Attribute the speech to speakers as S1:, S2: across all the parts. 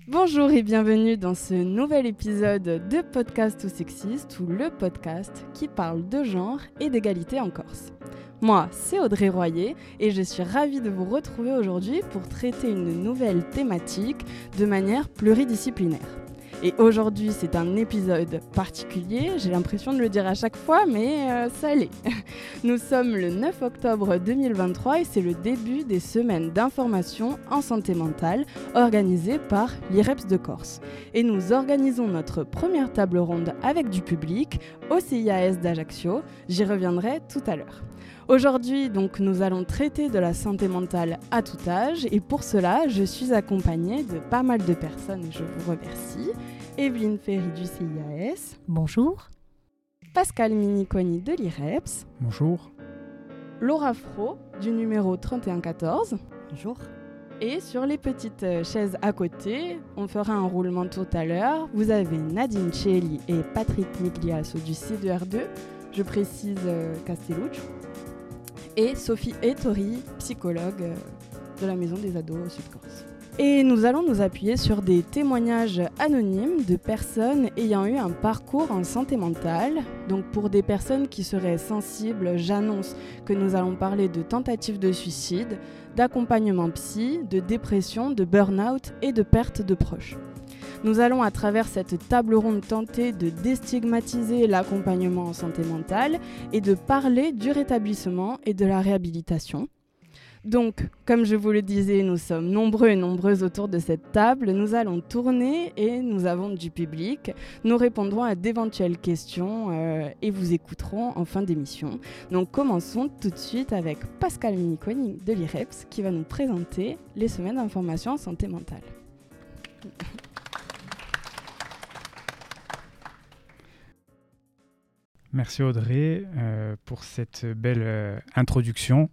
S1: Bonjour et bienvenue dans ce nouvel épisode de Podcast ou Sexiste, ou le podcast qui parle de genre et d'égalité en Corse. Moi, c'est Audrey Royer et je suis ravie de vous retrouver aujourd'hui pour traiter une nouvelle thématique de manière pluridisciplinaire. Et aujourd'hui, c'est un épisode particulier, j'ai l'impression de le dire à chaque fois, mais ça l'est. Nous sommes le 9 octobre 2023 et c'est le début des semaines d'information en santé mentale organisées par l'IREPS de Corse. Et nous organisons notre première table ronde avec du public au CIAS d'Ajaccio. J'y reviendrai tout à l'heure. Aujourd'hui, donc, nous allons traiter de la santé mentale à tout âge et pour cela, je suis accompagnée de pas mal de personnes et je vous remercie. Evelyne Ferry du CIAS.
S2: Bonjour.
S1: Pascal Miniconi de l'IREPS.
S3: Bonjour.
S1: Laura Fro du numéro 3114.
S2: Bonjour.
S1: Et sur les petites chaises à côté, on fera un roulement tout à l'heure. Vous avez Nadine Chelli et Patrick Migliasso du C2R2, je précise Castelluccio, et Sophie Ettori, psychologue de la Maison des Ados au Sud-Corse. Et nous allons nous appuyer sur des témoignages anonymes de personnes ayant eu un parcours en santé mentale. Donc pour des personnes qui seraient sensibles, j'annonce que nous allons parler de tentatives de suicide, d'accompagnement psy, de dépression, de burn-out et de perte de proches. Nous allons à travers cette table ronde tenter de déstigmatiser l'accompagnement en santé mentale et de parler du rétablissement et de la réhabilitation. Donc, comme je vous le disais, nous sommes nombreux et nombreuses autour de cette table. Nous allons tourner et nous avons du public. Nous répondrons à d'éventuelles questions et vous écouterons en fin d'émission. Donc, commençons tout de suite avec Pascal Miniconi de l'IREPS qui va nous présenter les semaines d'information en santé mentale.
S3: Merci Audrey pour cette belle introduction.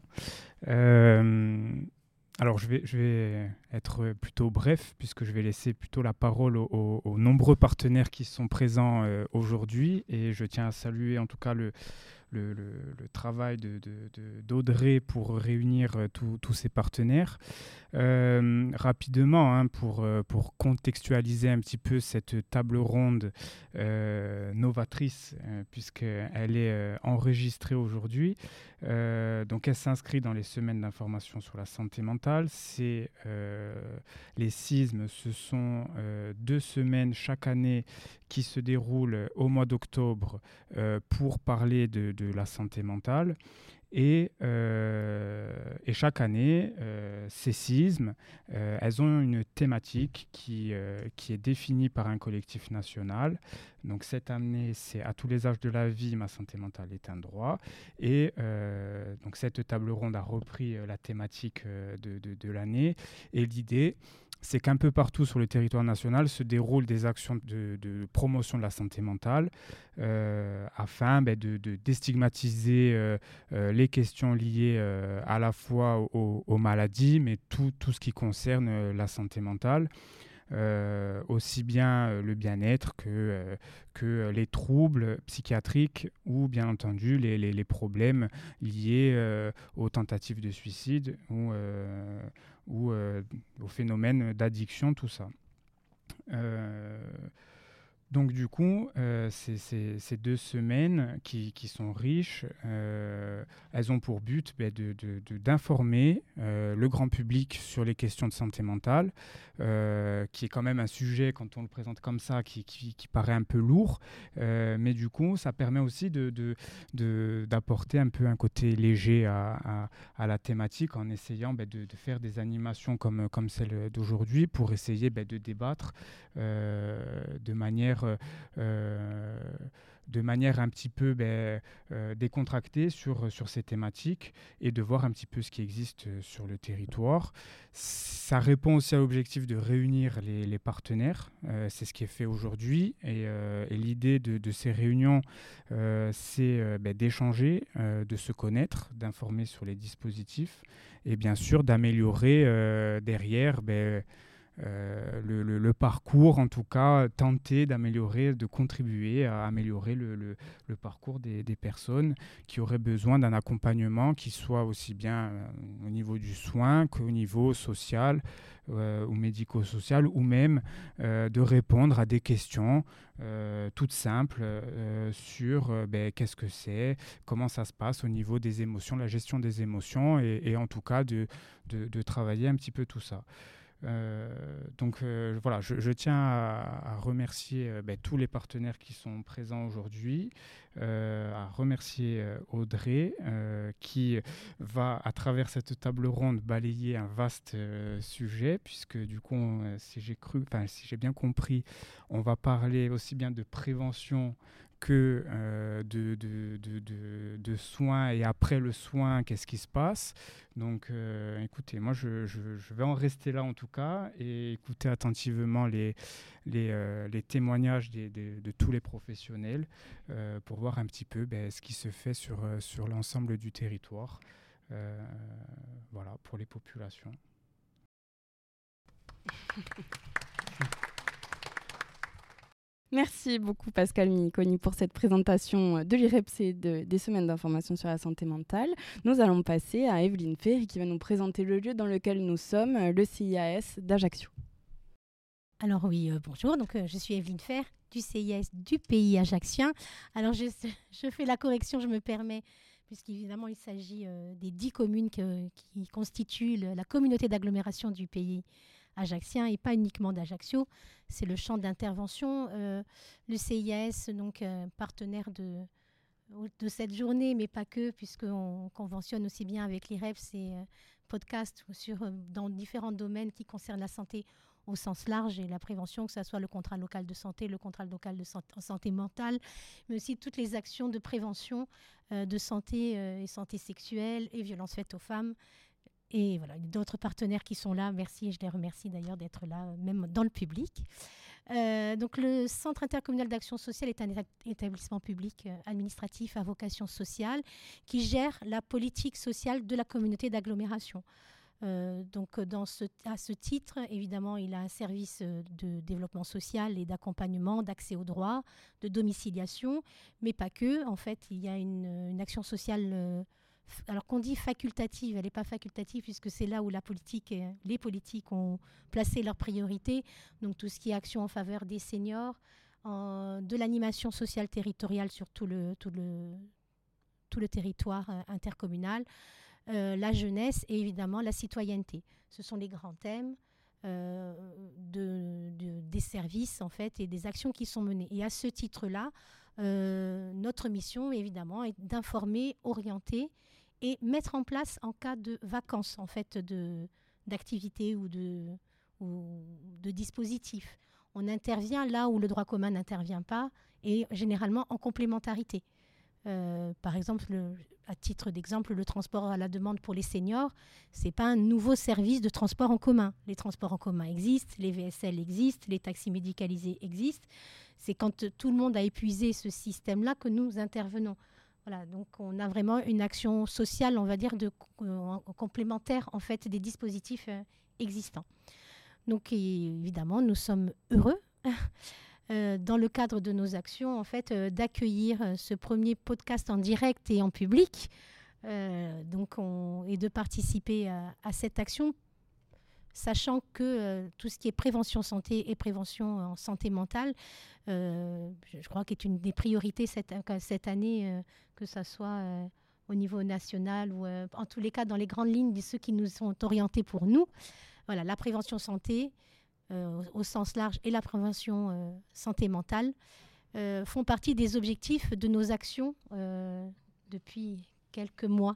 S3: Alors je vais être plutôt bref puisque je vais laisser plutôt la parole aux nombreux partenaires qui sont présents aujourd'hui et je tiens à saluer en tout cas le travail d'Audrey pour réunir tous ces partenaires. Rapidement, pour contextualiser un petit peu cette table ronde novatrice, puisqu'elle est enregistrée aujourd'hui. Donc elle s'inscrit dans les semaines d'information sur la santé mentale. Les CISM, ce sont 2 semaines chaque année qui se déroulent au mois d'octobre pour parler de la santé mentale. Et chaque année, ces CISM, elles ont une thématique qui est définie par un collectif national. Donc cette année, c'est à tous les âges de la vie, ma santé mentale est un droit. Et donc cette table ronde a repris la thématique de l'année. Et l'idée, c'est qu'un peu partout sur le territoire national se déroulent des actions de promotion de la santé mentale afin de déstigmatiser les questions liées à la fois aux maladies, mais tout ce qui concerne la santé mentale. Aussi bien le bien-être que les troubles psychiatriques ou bien entendu les problèmes liés aux tentatives de suicide ou au phénomène d'addiction, tout ça. Donc du coup, ces 2 semaines qui sont riches, elles ont pour but d'informer le grand public sur les questions de santé mentale, qui est quand même un sujet, quand on le présente comme ça, qui paraît un peu lourd, mais du coup, ça permet aussi d'apporter un peu un côté léger à la thématique en essayant de faire des animations comme celle d'aujourd'hui pour essayer de débattre de manière un petit peu décontractée sur ces thématiques et de voir un petit peu ce qui existe sur le territoire. Ça répond aussi à l'objectif de réunir les partenaires. C'est ce qui est fait aujourd'hui. Et l'idée de ces réunions, c'est d'échanger, de se connaître, d'informer sur les dispositifs et bien sûr d'améliorer derrière le parcours, en tout cas, tenter d'améliorer, de contribuer à améliorer le parcours des personnes qui auraient besoin d'un accompagnement qui soit aussi bien au niveau du soin qu'au niveau social ou médico-social, ou même de répondre à des questions toutes simples sur qu'est-ce que c'est, comment ça se passe au niveau des émotions, la gestion des émotions, et en tout cas de travailler un petit peu tout ça. Donc voilà, je tiens à remercier tous les partenaires qui sont présents aujourd'hui, à remercier Audrey qui va, à travers cette table ronde, balayer un vaste sujet, puisque du coup, si j'ai bien compris, on va parler aussi bien de prévention que de soins, et après le soin, qu'est-ce qui se passe. Donc écoutez, moi je vais en rester là en tout cas, et écouter attentivement les témoignages de tous les professionnels pour voir un petit peu ce qui se fait sur l'ensemble du territoire, voilà, pour les populations.
S1: Merci beaucoup Pascal Miniconi pour cette présentation de l'IREPS et des semaines d'information sur la santé mentale. Nous allons passer à Evelyne Ferry qui va nous présenter le lieu dans lequel nous sommes, le CIAS d'Ajaccio.
S2: Alors oui, bonjour, donc, je suis Evelyne Ferry du CIAS du pays ajaccien. Alors je fais la correction, je me permets, puisqu'évidemment il s'agit des 10 communes qui constituent la communauté d'agglomération du pays ajaccien, et pas uniquement d'Ajaccio. C'est le champ d'intervention. Le CIAS, donc partenaire de cette journée, mais pas que, puisqu'on conventionne aussi bien avec l'IREPS et podcast dans différents domaines qui concernent la santé au sens large et la prévention, que ce soit le contrat local de santé, le contrat local de santé mentale, mais aussi toutes les actions de prévention de santé et santé sexuelle et violences faites aux femmes. Et voilà, d'autres partenaires qui sont là, merci, et je les remercie d'ailleurs d'être là, même dans le public. Donc le Centre intercommunal d'action sociale est un établissement public administratif à vocation sociale qui gère la politique sociale de la communauté d'agglomération. Donc à ce titre, évidemment, il a un service de développement social et d'accompagnement, d'accès aux droits, de domiciliation, mais pas que. En fait, il y a une action sociale alors qu'on dit facultative, elle n'est pas facultative puisque c'est là où les politiques ont placé leurs priorités. Donc tout ce qui est action en faveur des seniors, de l'animation sociale territoriale sur tout le territoire intercommunal, la jeunesse et évidemment la citoyenneté. Ce sont les grands thèmes des services en fait et des actions qui sont menées. Et à ce titre-là, notre mission évidemment est d'informer, orienter et mettre en place en cas de vacances en fait d'activités ou de dispositifs. On intervient là où le droit commun n'intervient pas et généralement en complémentarité. Par exemple, à titre d'exemple, le transport à la demande pour les seniors, ce n'est pas un nouveau service de transport en commun. Les transports en commun existent, les VSL existent, les taxis médicalisés existent. C'est quand tout le monde a épuisé ce système-là que nous intervenons. Voilà, donc on a vraiment une action sociale, on va dire, complémentaire en fait des dispositifs existants. Donc évidemment, nous sommes heureux dans le cadre de nos actions en fait d'accueillir ce premier podcast en direct et en public, et de participer à cette action, sachant que tout ce qui est prévention santé et prévention en santé mentale, je crois qu'est une des priorités cette année, que ça soit au niveau national ou en tous les cas dans les grandes lignes de ceux qui nous sont orientés pour nous. Voilà, la prévention santé au sens large et la prévention santé mentale font partie des objectifs de nos actions depuis quelques mois.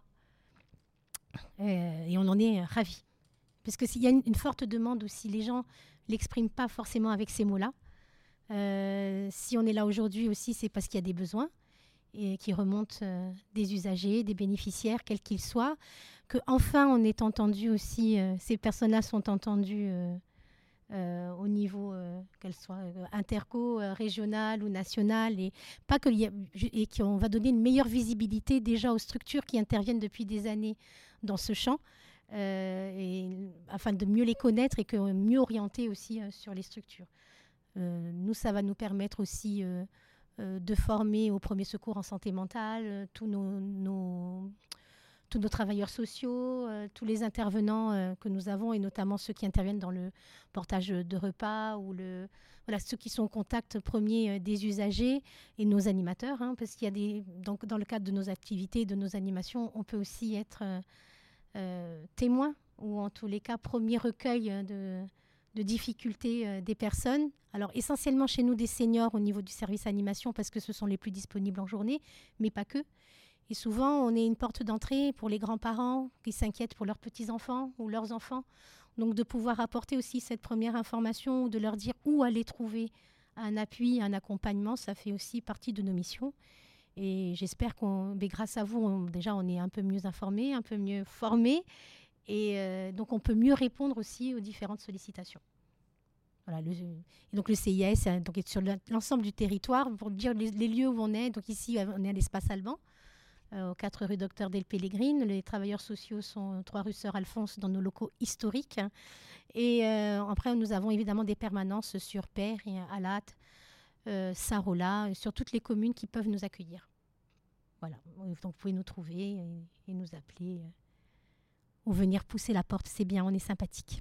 S2: Et on en est ravis. Parce qu'il y a une forte demande aussi, les gens ne l'expriment pas forcément avec ces mots-là. Si on est là aujourd'hui aussi, c'est parce qu'il y a des besoins et qui remontent des usagers, des bénéficiaires, quels qu'ils soient. Qu'enfin, on est entendu aussi, ces personnes-là sont entendues au niveau, qu'elles soient interco, régional ou national, et qu'on va donner une meilleure visibilité déjà aux structures qui interviennent depuis des années dans ce champ. afin de mieux les connaître et que mieux orienter aussi sur les structures. Nous, ça va nous permettre aussi de former au premier secours en santé mentale tous nos travailleurs sociaux, tous les intervenants que nous avons, et notamment ceux qui interviennent dans le portage de repas ou ceux qui sont au contact premier des usagers et nos animateurs, parce qu'il y a donc dans le cadre de nos activités, de nos animations, on peut aussi être témoin ou en tous les cas premier recueil de difficultés des personnes. Alors essentiellement chez nous des seniors au niveau du service animation parce que ce sont les plus disponibles en journée, mais pas que. Et souvent, on est une porte d'entrée pour les grands-parents qui s'inquiètent pour leurs petits-enfants ou leurs enfants. Donc, de pouvoir apporter aussi cette première information, de leur dire où aller trouver un appui, un accompagnement, ça fait aussi partie de nos missions. Et j'espère grâce à vous, on est un peu mieux informés, un peu mieux formés. Et donc, on peut mieux répondre aussi aux différentes sollicitations. Voilà, et donc, le CIAS donc, est sur l'ensemble du territoire. Pour dire les lieux où on est, donc ici, on est à l'espace Alban. Aux 4 rue Docteur Del Pellegrine. Les travailleurs sociaux sont 3 rue Sœur Alphonse dans nos locaux historiques. Et après, nous avons évidemment des permanences sur Père, Alat, Sarola, sur toutes les communes qui peuvent nous accueillir. Voilà, donc vous pouvez nous trouver et nous appeler ou venir pousser la porte. C'est bien, on est sympathique.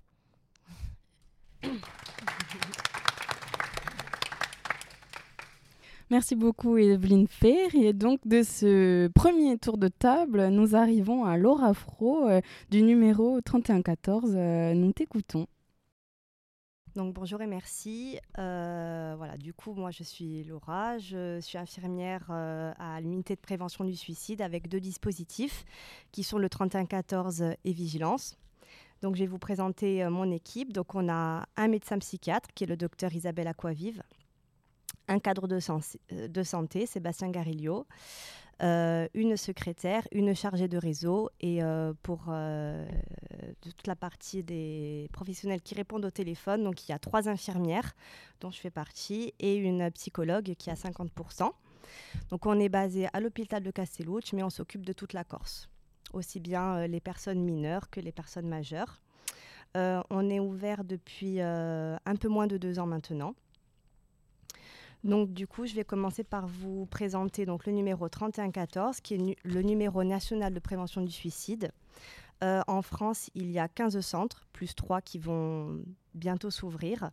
S1: Merci beaucoup Evelyne Fer. Et donc de ce premier tour de table, nous arrivons à Laura Fro du numéro 3114. Nous t'écoutons.
S4: Donc bonjour et merci. Voilà, du coup, moi je suis Laura, je suis infirmière à l'unité de prévention du suicide avec 2 dispositifs qui sont le 3114 et Vigilance. Donc je vais vous présenter mon équipe. Donc on a un médecin psychiatre qui est le docteur Isabelle Aquavive, un cadre de santé, Sébastien Garillo, une secrétaire, une chargée de réseau et pour toute la partie des professionnels qui répondent au téléphone, donc il y a 3 infirmières dont je fais partie et une psychologue qui a 50%. Donc on est basé à l'hôpital de Castellucci, mais on s'occupe de toute la Corse, aussi bien les personnes mineures que les personnes majeures. On est ouvert depuis un peu moins de 2 ans maintenant. Donc, du coup, je vais commencer par vous présenter donc, le numéro 3114, qui est le numéro national de prévention du suicide. En France, il y a 15 centres, plus 3 qui vont bientôt s'ouvrir.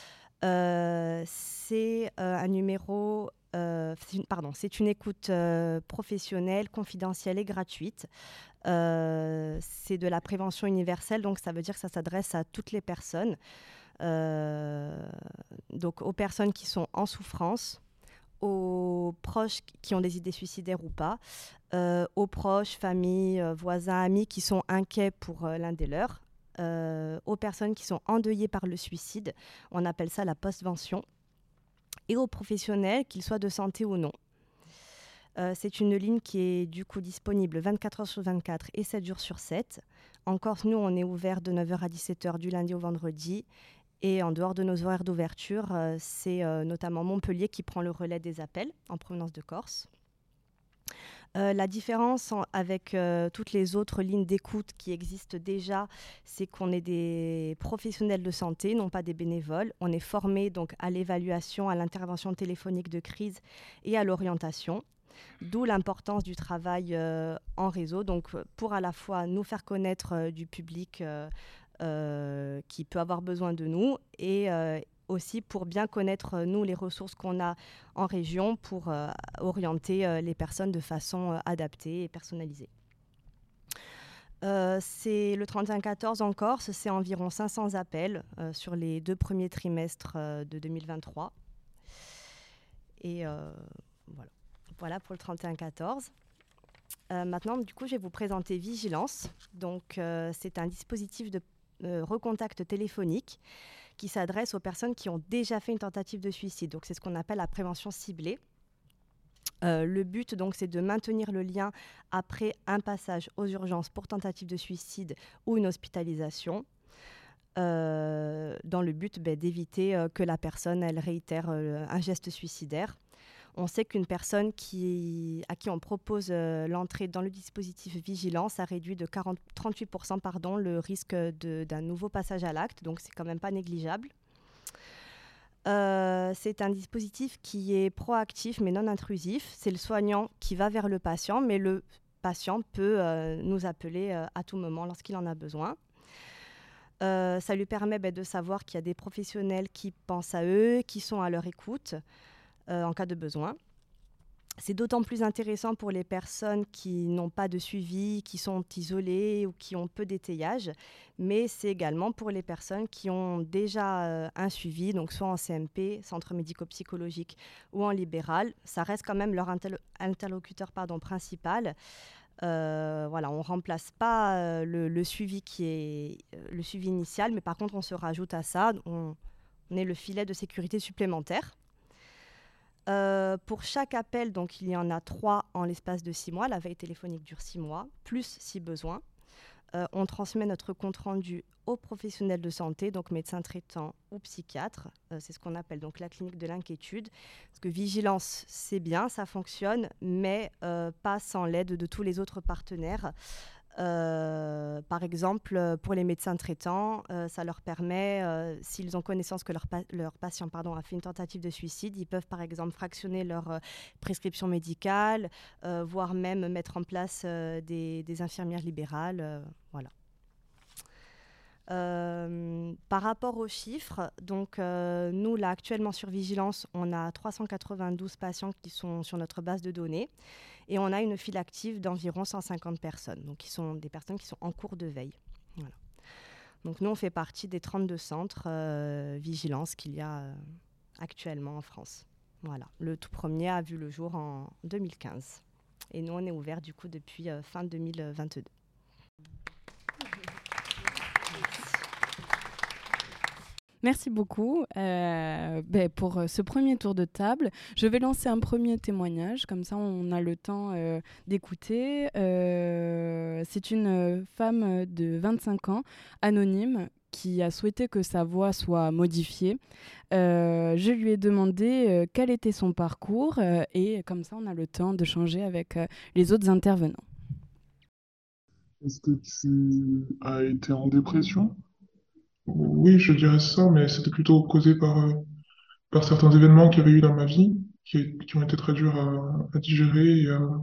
S4: C'est un numéro... c'est une écoute professionnelle, confidentielle et gratuite. C'est de la prévention universelle, donc ça veut dire que ça s'adresse à toutes les personnes. Donc aux personnes qui sont en souffrance, aux proches qui ont des idées suicidaires ou pas, aux proches, familles, voisins, amis qui sont inquiets pour l'un des leurs, aux personnes qui sont endeuillées par le suicide, on appelle ça la postvention, et aux professionnels, qu'ils soient de santé ou non. C'est une ligne qui est du coup disponible 24 heures sur 24 et 7 jours sur 7. En Corse, nous, on est ouvert de 9h à 17h du lundi au vendredi. Et en dehors de nos horaires d'ouverture, c'est notamment Montpellier qui prend le relais des appels en provenance de Corse. La différence avec toutes les autres lignes d'écoute qui existent déjà, c'est qu'on est des professionnels de santé, non pas des bénévoles. On est formés donc à l'évaluation, à l'intervention téléphonique de crise et à l'orientation. D'où l'importance du travail en réseau, donc pour à la fois nous faire connaître du public qui peut avoir besoin de nous et aussi pour bien connaître nous les ressources qu'on a en région pour orienter les personnes de façon adaptée et personnalisée. C'est le 3114 en Corse, c'est environ 500 appels sur les 2 premiers trimestres de 2023. Et voilà pour le 3114. Maintenant, du coup, je vais vous présenter Vigilance. Donc, c'est un dispositif de recontact téléphonique qui s'adresse aux personnes qui ont déjà fait une tentative de suicide. Donc, c'est ce qu'on appelle la prévention ciblée. Le but, donc, c'est de maintenir le lien après un passage aux urgences pour tentative de suicide ou une hospitalisation, dans le but d'éviter que la personne elle réitère un geste suicidaire. On sait qu'une personne à qui on propose l'entrée dans le dispositif vigilance a réduit de 38% le risque d'un nouveau passage à l'acte, donc c'est quand même pas négligeable. C'est un dispositif qui est proactif mais non intrusif. C'est le soignant qui va vers le patient, mais le patient peut nous appeler à tout moment lorsqu'il en a besoin. Ça lui permet de savoir qu'il y a des professionnels qui pensent à eux, qui sont à leur écoute en cas de besoin. C'est d'autant plus intéressant pour les personnes qui n'ont pas de suivi, qui sont isolées ou qui ont peu d'étayage, mais c'est également pour les personnes qui ont déjà un suivi, donc soit en CMP, centre médico-psychologique, ou en libéral. Ça reste quand même leur interlocuteur principal. On ne remplace pas le suivi qui est le suivi initial, mais par contre on se rajoute à ça, on est le filet de sécurité supplémentaire. Pour chaque appel, donc, il y en a 3 en l'espace de 6 mois. La veille téléphonique dure 6 mois, plus si besoin. On transmet notre compte-rendu aux professionnels de santé, donc médecins traitants ou psychiatres. C'est ce qu'on appelle donc la clinique de l'inquiétude. Parce que vigilance, c'est bien, ça fonctionne, mais pas sans l'aide de tous les autres partenaires. Par exemple, pour les médecins traitants, ça leur permet, s'ils ont connaissance que leur patient a fait une tentative de suicide, ils peuvent par exemple fractionner leur prescription médicale, voire même mettre en place des infirmières libérales. Voilà. Par rapport aux chiffres, donc, nous là actuellement sur Vigilance, on a 392 patients qui sont sur notre base de données et on a une file active d'environ 150 personnes, donc qui sont des personnes qui sont en cours de veille. Voilà. Donc nous on fait partie des 32 centres Vigilance qu'il y a actuellement en France. Voilà. Le tout premier a vu le jour en 2015 et nous on est ouvert du coup depuis fin 2022.
S1: Merci beaucoup pour ce premier tour de table. Je vais lancer un premier témoignage, comme ça on a le temps d'écouter. C'est une femme de 25 ans, anonyme, qui a souhaité que sa voix soit modifiée. Je lui ai demandé quel était son parcours et comme ça on a le temps de changer avec les autres intervenants.
S5: Est-ce que tu as été en dépression? Oui, je dirais ça, mais c'était plutôt causé par certains événements qu'il y avait eu dans ma vie, qui ont été très durs à digérer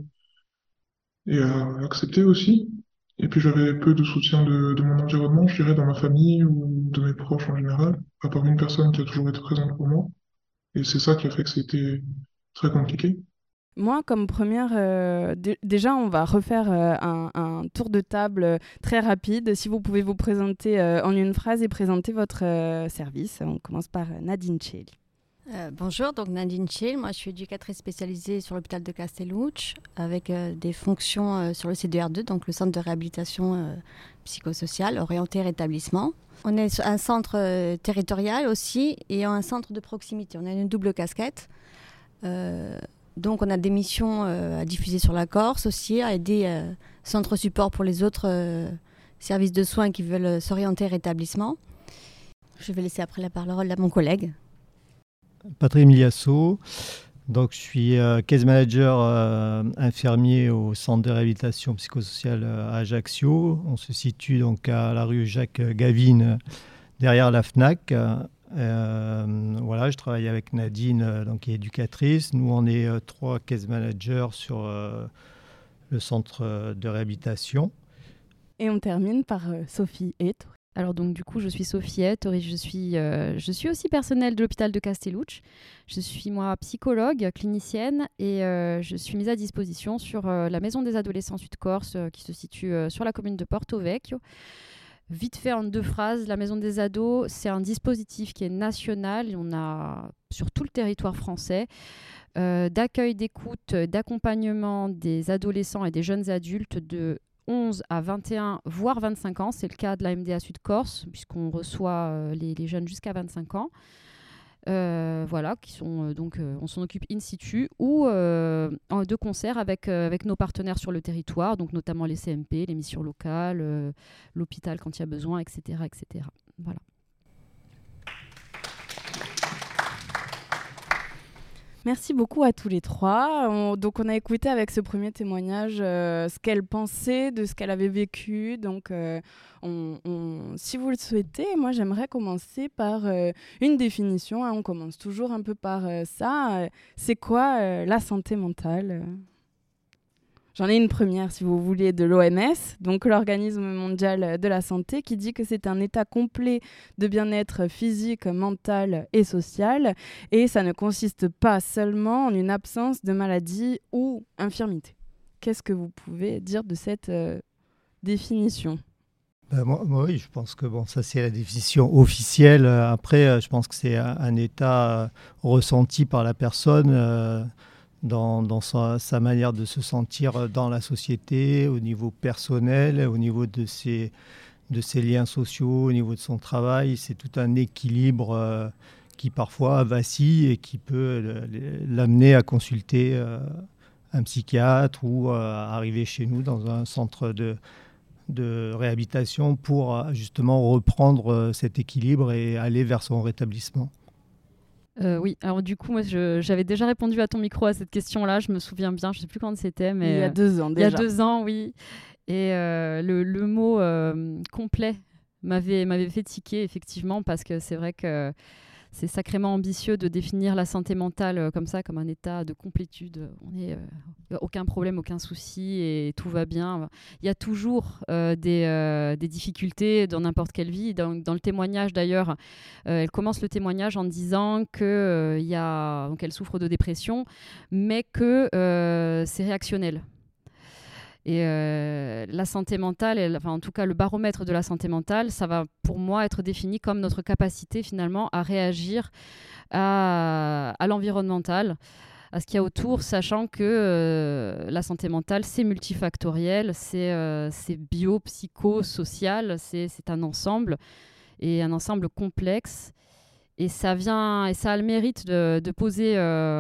S5: et à accepter aussi. Et puis j'avais peu de soutien de mon environnement, je dirais, dans ma famille ou de mes proches en général, à part une personne qui a toujours été présente pour moi. Et c'est ça qui a fait que c'était très compliqué.
S1: Moi, comme première, déjà, on va refaire un tour de table très rapide. Si vous pouvez vous présenter en une phrase et présenter votre service. On commence par Nadine Cheli.
S6: Bonjour, donc Nadine Cheli. Moi, je suis éducatrice spécialisée sur l'hôpital de Castellucci avec des fonctions sur le CDR2, donc le centre de réhabilitation psychosociale orienté rétablissement. On est un centre territorial aussi et un centre de proximité. On a une double casquette. Donc, on a des missions à diffuser sur la Corse aussi, à aider centres support pour les autres services de soins qui veulent s'orienter rétablissement. Je vais laisser après la parole à mon collègue.
S7: Patrick Miliasso, donc je suis case manager infirmier au centre de réhabilitation psychosociale à Ajaccio. On se situe donc à la rue Jacques Gavine, derrière la FNAC. Voilà, je travaille avec Nadine, donc, qui est éducatrice. Nous, on est 3 case managers sur le centre de réhabilitation.
S1: Et on termine par Sophie Eto.
S8: Alors donc du coup, je suis Sophie Eto et je suis aussi personnelle de l'hôpital de Castellucci. Je suis moi psychologue, clinicienne et je suis mise à disposition sur la maison des adolescents Sud-Corse qui se situe sur la commune de Porto Vecchio. Vite fait en 2 phrases, la maison des ados, c'est un dispositif qui est national. On a sur tout le territoire français d'accueil, d'écoute, d'accompagnement des adolescents et des jeunes adultes de 11 à 21, voire 25 ans. C'est le cas de la MDA Sud-Corse, puisqu'on reçoit les jeunes jusqu'à 25 ans. Voilà, qui sont donc on s'en occupe in situ ou de concert avec nos partenaires sur le territoire, donc notamment les CMP, les missions locales, l'hôpital quand il y a besoin, etc., etc. Voilà.
S1: Merci beaucoup à tous les trois. Donc on a écouté avec ce premier témoignage ce qu'elle pensait de ce qu'elle avait vécu. Donc si vous le souhaitez, moi j'aimerais commencer par une définition. On commence toujours un peu par ça. C'est quoi la santé mentale ? J'en ai une première, si vous voulez, de l'OMS, donc l'Organisme mondial de la santé, qui dit que c'est un état complet de bien-être physique, mental et social, et ça ne consiste pas seulement en une absence de maladie ou infirmité. Qu'est-ce que vous pouvez dire de cette définition ?
S7: Moi, oui, je pense que ça c'est la définition officielle. Après, je pense que c'est un état ressenti par la personne dans sa manière de se sentir dans la société, au niveau personnel, au niveau de ses liens sociaux, au niveau de son travail. C'est tout un équilibre qui parfois vacille et qui peut l'amener à consulter un psychiatre ou arriver chez nous dans un centre de réhabilitation pour justement reprendre cet équilibre et aller vers son rétablissement.
S8: Oui, alors du coup, moi, j'avais déjà répondu à ton micro à cette question-là, je me souviens bien, je ne sais plus quand c'était, mais...
S1: Il y a 2 ans déjà.
S8: Il y a 2 ans, oui. Et le mot complet m'avait fait tiquer, effectivement, parce que c'est vrai que c'est sacrément ambitieux de définir la santé mentale comme ça, comme un état de complétude. On est aucun problème, aucun souci et tout va bien. Il y a toujours des difficultés dans n'importe quelle vie. Dans le témoignage d'ailleurs, elle commence le témoignage en disant que donc elle souffre de dépression, mais que c'est réactionnel. Et la santé mentale, en tout cas le baromètre de la santé mentale, ça va pour moi être défini comme notre capacité finalement à réagir à l'environnemental, à ce qu'il y a autour, sachant que la santé mentale, c'est multifactoriel, c'est bio, psycho, social, c'est un ensemble, et un ensemble complexe. Et ça a le mérite de poser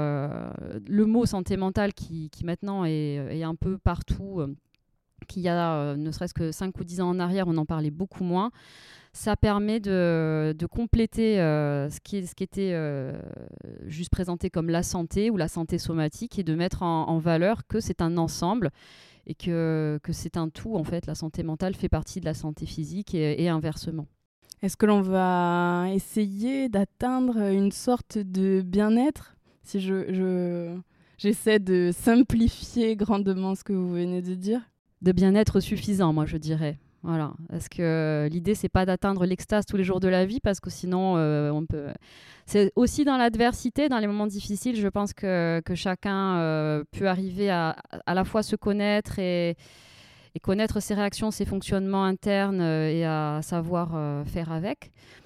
S8: le mot santé mentale qui maintenant est un peu partout, qu'il y a ne serait-ce que 5 ou 10 ans en arrière, on en parlait beaucoup moins. Ça permet de compléter ce qui était juste présenté comme la santé ou la santé somatique et de mettre en valeur que c'est un ensemble et que c'est un tout. En fait, la santé mentale fait partie de la santé physique et inversement.
S1: Est-ce que l'on va essayer d'atteindre une sorte de bien-être ? Si j'essaie de simplifier grandement ce que vous venez de dire.
S8: De bien-être suffisant, moi je dirais. Voilà. Parce que l'idée, c'est pas d'atteindre l'extase tous les jours de la vie, parce que sinon, on peut... C'est aussi dans l'adversité, dans les moments difficiles, je pense que chacun peut arriver à la fois se connaître et connaître ses réactions, ses fonctionnements internes et à savoir faire avec.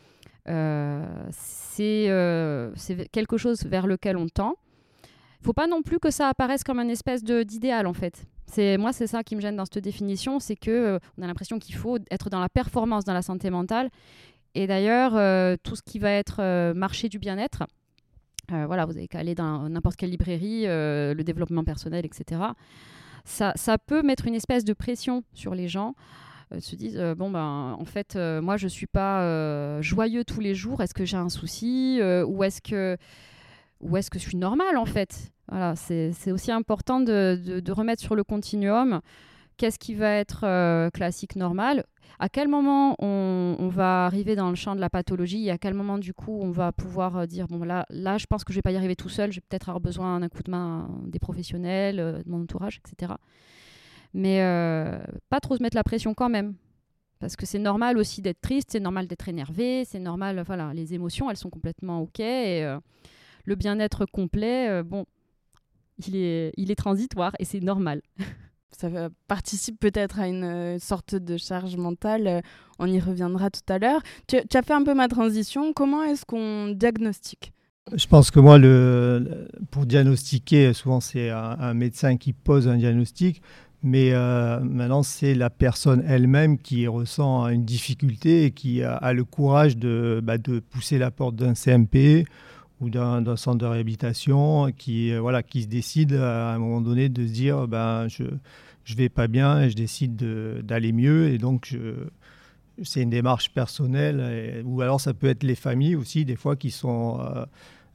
S8: C'est quelque chose vers lequel on tend. Il ne faut pas non plus que ça apparaisse comme une espèce d'idéal, en fait. Moi, c'est ça qui me gêne dans cette définition, c'est qu'on a l'impression qu'il faut être dans la performance dans la santé mentale. Et d'ailleurs, tout ce qui va être marché du bien-être, voilà, vous avez qu'à aller dans n'importe quelle librairie, le développement personnel, etc., ça peut mettre une espèce de pression sur les gens. Se disent, en fait, moi, je ne suis pas joyeux tous les jours. Est-ce que j'ai un souci ou est-ce que je suis normale, en fait ? Voilà, c'est aussi important de remettre sur le continuum qu'est-ce qui va être classique, normal. À quel moment on va arriver dans le champ de la pathologie et à quel moment, du coup, on va pouvoir dire là, je pense que je ne vais pas y arriver tout seul, je vais peut-être avoir besoin d'un coup de main des professionnels, de mon entourage, etc. Mais pas trop se mettre la pression quand même. Parce que c'est normal aussi d'être triste, c'est normal d'être énervé, c'est normal, voilà, les émotions, elles sont complètement OK. Et le bien-être complet, il est transitoire et c'est normal.
S1: Ça participe peut-être à une sorte de charge mentale. On y reviendra tout à l'heure. Tu as fait un peu ma transition. Comment est-ce qu'on diagnostique ?
S7: Je pense que moi, pour diagnostiquer, souvent c'est un médecin qui pose un diagnostic, mais maintenant c'est la personne elle-même qui ressent une difficulté et qui a le courage de pousser la porte d'un CMP ou d'un centre de réhabilitation qui se décide à un moment donné de se dire je vais pas bien et je décide d'aller mieux, et donc c'est une démarche personnelle. Ou alors ça peut être les familles aussi des fois qui sont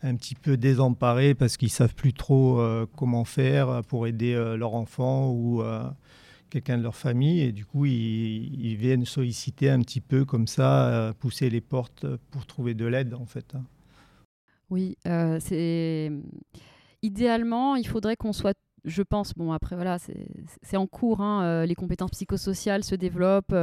S7: un petit peu désemparés parce qu'ils ne savent plus trop comment faire pour aider leur enfant ou quelqu'un de leur famille. Et du coup, ils viennent solliciter un petit peu comme ça, pousser les portes pour trouver de l'aide, en fait.
S8: Oui, idéalement, il faudrait qu'on soit, je pense, bon après voilà, c'est en cours, hein, les compétences psychosociales se développent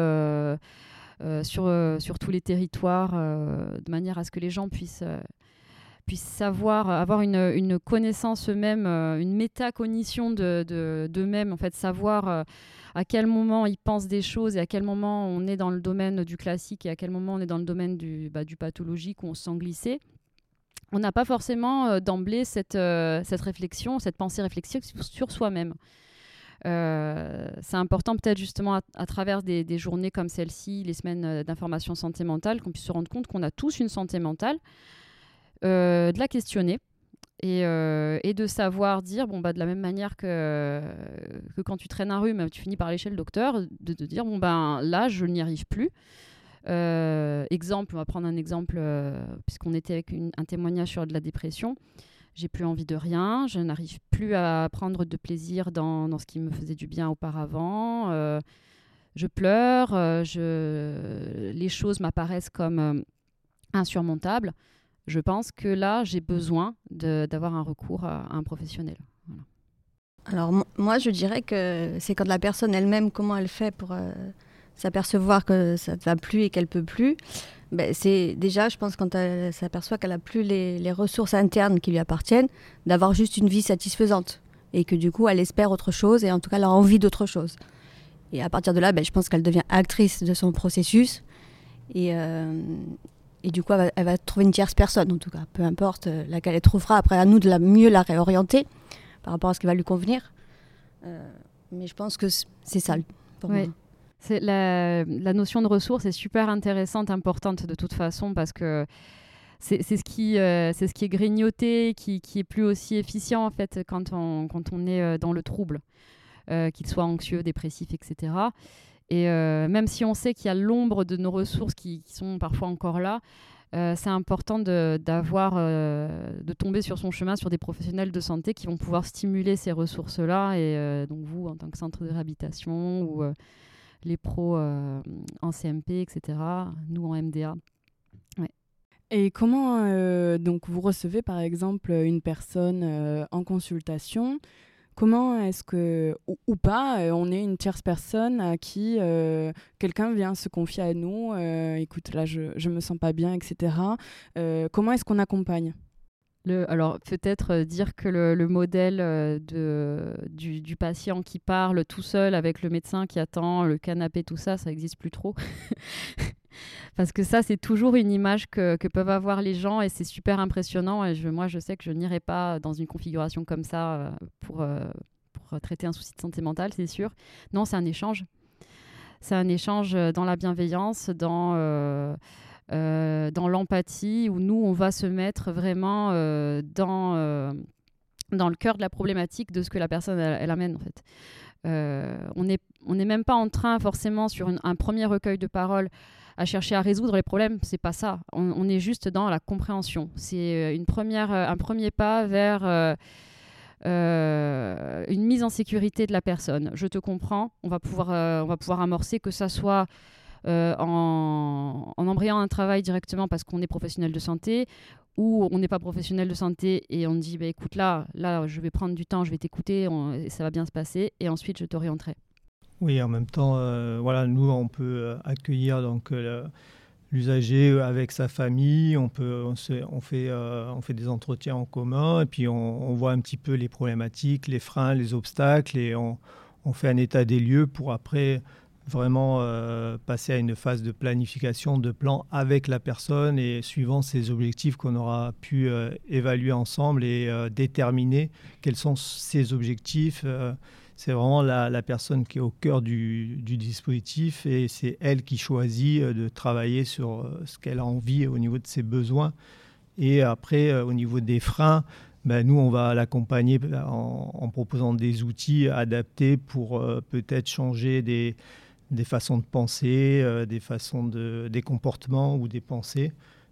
S8: sur tous les territoires, de manière à ce que les gens puissent savoir, avoir une connaissance eux-mêmes, une métacognition d'eux-mêmes, en fait, savoir à quel moment ils pensent des choses et à quel moment on est dans le domaine du classique et à quel moment on est dans le domaine du pathologique où on se sent glisser. On n'a pas forcément d'emblée cette réflexion, cette pensée réflexive sur soi-même. C'est important peut-être justement à travers des journées comme celle-ci, les semaines d'information santé mentale, qu'on puisse se rendre compte qu'on a tous une santé mentale, de la questionner et de savoir dire, de la même manière que quand tu traînes un rhume, tu finis par aller chez le docteur, de te dire, là, je n'y arrive plus. Exemple, on va prendre un exemple, puisqu'on était avec un témoignage sur de la dépression. J'ai plus envie de rien, je n'arrive plus à prendre de plaisir dans ce qui me faisait du bien auparavant. Je pleure, les choses m'apparaissent comme insurmontables. Je pense que là, j'ai besoin d'avoir un recours à un professionnel. Voilà.
S6: Alors moi, je dirais que c'est quand la personne elle-même, comment elle fait pour s'apercevoir que ça ne va plus et qu'elle ne peut plus. C'est déjà, je pense, quand elle s'aperçoit qu'elle n'a plus les ressources internes qui lui appartiennent, d'avoir juste une vie satisfaisante. Et que du coup, elle espère autre chose et en tout cas, elle a envie d'autre chose. Et à partir de là, je pense qu'elle devient actrice de son processus. Et du coup, elle va trouver une tierce personne, en tout cas, peu importe laquelle elle trouvera. Après, à nous de mieux la réorienter par rapport à ce qui va lui convenir. Mais je pense que c'est ça pour moi.
S8: La notion de ressources est super intéressante, importante de toute façon, parce que c'est ce qui est grignoté, qui est plus aussi efficient en fait quand on est dans le trouble, qu'il soit anxieux, dépressif, etc. Et même si on sait qu'il y a l'ombre de nos ressources qui sont parfois encore là, c'est important de tomber sur son chemin sur des professionnels de santé qui vont pouvoir stimuler ces ressources-là. Et donc vous, en tant que centre de réhabilitation ou les pros en CMP, etc., nous en MDA. Ouais.
S1: Et comment donc vous recevez par exemple une personne en consultation? Comment est-ce que, ou pas, on est une tierce personne à qui quelqu'un vient se confier à nous, écoute, là, je me sens pas bien, etc. Comment est-ce qu'on accompagne ?
S8: Alors, peut-être dire que le modèle du patient qui parle tout seul avec le médecin qui attend, le canapé, tout ça, ça n'existe plus trop. Parce que ça, c'est toujours une image que peuvent avoir les gens et c'est super impressionnant. Et moi, je sais que je n'irai pas dans une configuration comme ça pour traiter un souci de santé mentale, c'est sûr. Non, c'est un échange. C'est un échange dans la bienveillance, dans l'empathie, où nous, on va se mettre vraiment dans le cœur de la problématique de ce que la personne elle amène, en fait. On n'est même pas en train, forcément, sur un premier recueil de paroles, à chercher à résoudre les problèmes, c'est pas ça. On est juste dans la compréhension. C'est un premier pas vers une mise en sécurité de la personne. Je te comprends, on va pouvoir amorcer, que ça soit en embrayant un travail directement parce qu'on est professionnel de santé, ou on n'est pas professionnel de santé et on dit écoute, là je vais prendre du temps, je vais t'écouter, et ça va bien se passer, et ensuite je t'orienterai.
S7: Oui, en même temps, nous, on peut accueillir donc, l'usager avec sa famille, on fait des entretiens en commun, et puis on voit un petit peu les problématiques, les freins, les obstacles, et on fait un état des lieux pour après vraiment passer à une phase de planification, de plan avec la personne, et suivant ces objectifs qu'on aura pu évaluer ensemble et déterminer quels sont ces objectifs. C'est vraiment la personne qui est au cœur du dispositif, et c'est elle qui choisit de travailler sur ce qu'elle a envie au niveau de ses besoins. Et après, au niveau des freins, nous, on va l'accompagner en proposant des outils adaptés pour peut-être changer des façons de penser, des comportements ou des pensées.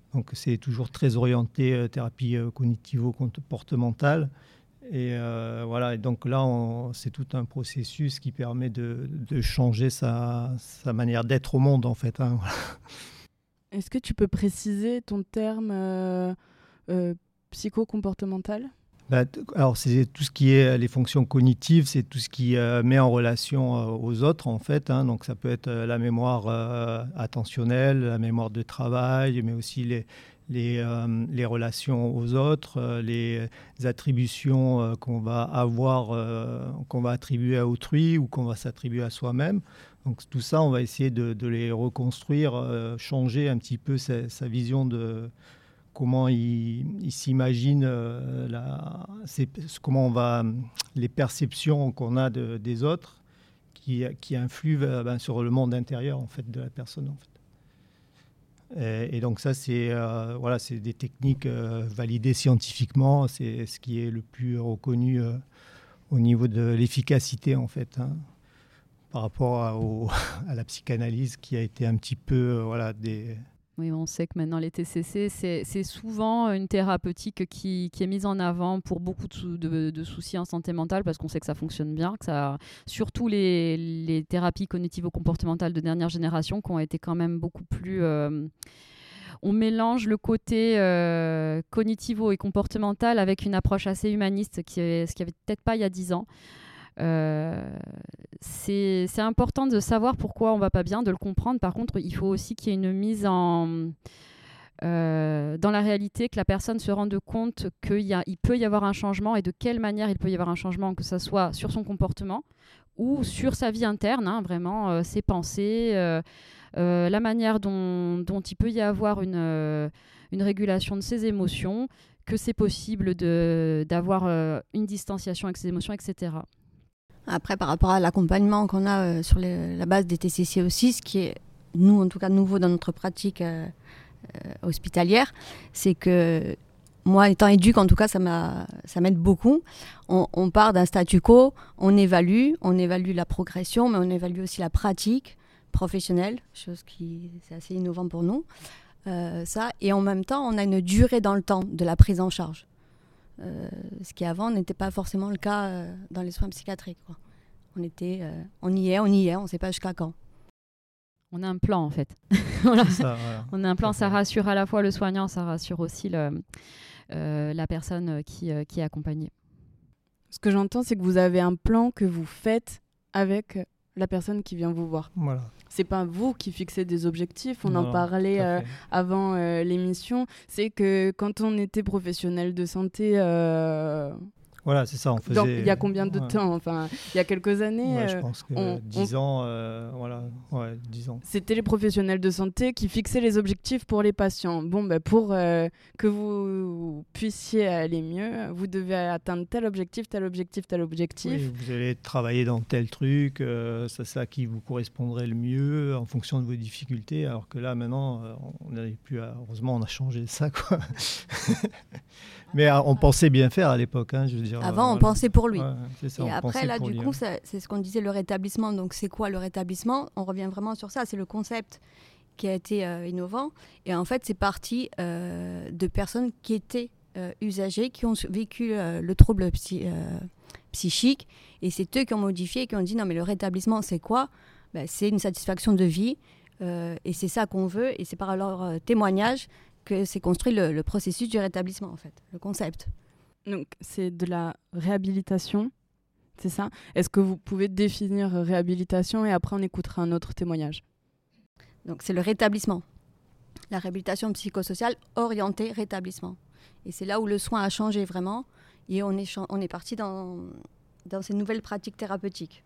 S7: Donc c'est toujours très orienté thérapie cognitivo-comportementale. Et voilà, et donc là, c'est tout un processus qui permet de changer sa manière d'être au monde, en fait. Hein.
S1: Est-ce que tu peux préciser ton terme psycho-comportemental ?
S7: Alors, c'est tout ce qui est les fonctions cognitives, c'est tout ce qui met en relation aux autres, en fait. Hein. Donc, ça peut être la mémoire attentionnelle, la mémoire de travail, mais aussi les relations aux autres, les attributions qu'on va avoir, qu'on va attribuer à autrui ou qu'on va s'attribuer à soi-même. Donc, tout ça, on va essayer de les reconstruire, changer un petit peu sa vision de comment il s'imagine, comment les perceptions qu'on a des autres qui influent sur le monde intérieur en fait, de la personne. En fait. Et donc ça, c'est des techniques validées scientifiquement. C'est ce qui est le plus reconnu au niveau de l'efficacité en fait, hein, par rapport à la psychanalyse qui a été un petit peu
S8: Oui, on sait que maintenant les TCC, c'est souvent une thérapeutique qui est mise en avant pour beaucoup de soucis en santé mentale parce qu'on sait que ça fonctionne bien, surtout les thérapies cognitivo-comportementales de dernière génération qui ont été quand même beaucoup plus... on mélange le côté cognitivo et comportemental avec une approche assez humaniste, ce qu'il n'y avait peut-être pas il y a 10 ans. C'est important de savoir pourquoi on ne va pas bien, de le comprendre. Par contre, il faut aussi qu'il y ait une mise dans la réalité, que la personne se rende compte qu'il peut y avoir un changement et de quelle manière il peut y avoir un changement, que ce soit sur son comportement ou sur sa vie interne, hein, vraiment ses pensées, la manière dont il peut y avoir une régulation de ses émotions, que c'est possible d'avoir une distanciation avec ses émotions, etc.
S6: Après, par rapport à l'accompagnement qu'on a sur la base des TCC aussi, ce qui est, nous, en tout cas, nouveau dans notre pratique hospitalière, c'est que moi, étant éduque, en tout cas, ça m'aide beaucoup. On part d'un statu quo, on évalue la progression, mais on évalue aussi la pratique professionnelle, chose qui c'est assez innovant pour nous. Et en même temps, on a une durée dans le temps de la prise en charge. Ce qui avant n'était pas forcément le cas dans les soins psychiatriques, quoi. On y est, on ne sait pas jusqu'à quand.
S8: On a un plan en fait. Voilà.
S7: Ça, voilà.
S8: On a un plan, ça rassure à la fois le soignant, ça rassure aussi la personne qui est accompagnée.
S1: Ce que j'entends, c'est que vous avez un plan que vous faites avec la personne qui vient vous voir.
S7: Voilà.
S1: C'est pas vous qui fixez des objectifs, on
S7: Non,
S1: en parlait avant l'émission. C'est que quand on était professionnel de santé,
S7: voilà, c'est ça, on faisait...
S1: il y a combien de temps, enfin, il y a quelques années,
S7: je pense que 10 ans, 10 ans.
S1: C'était les professionnels de santé qui fixaient les objectifs pour les patients. Bon, pour que vous puissiez aller mieux, vous devez atteindre tel objectif, tel objectif, tel objectif.
S7: Oui, vous allez travailler dans tel truc, c'est ça qui vous correspondrait le mieux en fonction de vos difficultés, alors que là, maintenant, on n'arrive plus à... Heureusement, on a changé ça, quoi. Mais on pensait bien faire à l'époque, hein, je veux dire.
S6: Avant, on pensait pour lui.
S7: Ouais, c'est ça,
S6: et après, là, du coup,
S7: hein.
S6: c'est ce qu'on disait, le rétablissement. Donc, c'est quoi le rétablissement ? On revient vraiment sur ça. C'est le concept qui a été innovant. Et en fait, c'est parti de personnes qui étaient usagées, qui ont vécu le trouble psychique. Et c'est eux qui ont modifié, qui ont dit, non, mais le rétablissement, c'est quoi ? C'est une satisfaction de vie. Et c'est ça qu'on veut. Et c'est par leur témoignage que s'est construit le processus du rétablissement, en fait, le concept.
S1: Donc, c'est de la réhabilitation, c'est ça ? Est-ce que vous pouvez définir réhabilitation et après on écoutera un autre témoignage ?
S6: Donc, c'est le rétablissement. La réhabilitation psychosociale orientée rétablissement. Et c'est là où le soin a changé vraiment. Et on est parti dans ces nouvelles pratiques thérapeutiques.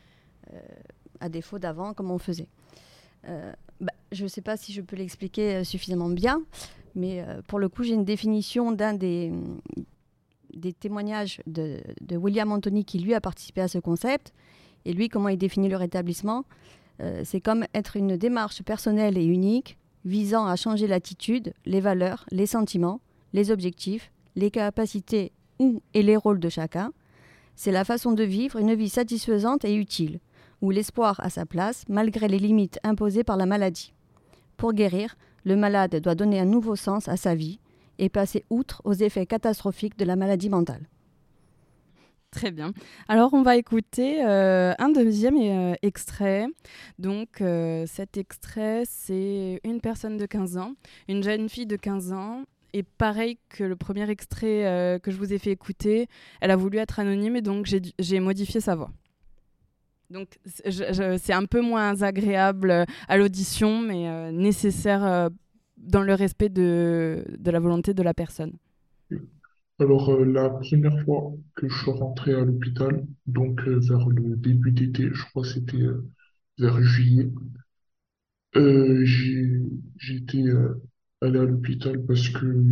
S6: À défaut d'avant, comme on faisait. Je ne sais pas si je peux l'expliquer suffisamment bien, mais pour le coup, j'ai une définition d'un des témoignages de William Anthony qui, lui, a participé à ce concept. Et lui, comment il définit le rétablissement ? C'est comme être une démarche personnelle et unique visant à changer l'attitude, les valeurs, les sentiments, les objectifs, les capacités et les rôles de chacun. C'est la façon de vivre une vie satisfaisante et utile, où l'espoir a sa place malgré les limites imposées par la maladie. Pour guérir, le malade doit donner un nouveau sens à sa vie et passer outre aux effets catastrophiques de la maladie mentale.
S1: Très bien. Alors, on va écouter un deuxième extrait. Donc, cet extrait, c'est une personne de 15 ans, une jeune fille de 15 ans. Et pareil que le premier extrait que je vous ai fait écouter, elle a voulu être anonyme et donc j'ai modifié sa voix. Donc, c'est un peu moins agréable à l'audition, mais nécessaire dans le respect de la volonté de la personne.
S5: Alors, la première fois que je suis rentré à l'hôpital, donc vers le début d'été, je crois que c'était vers juillet, j'étais allé à l'hôpital parce que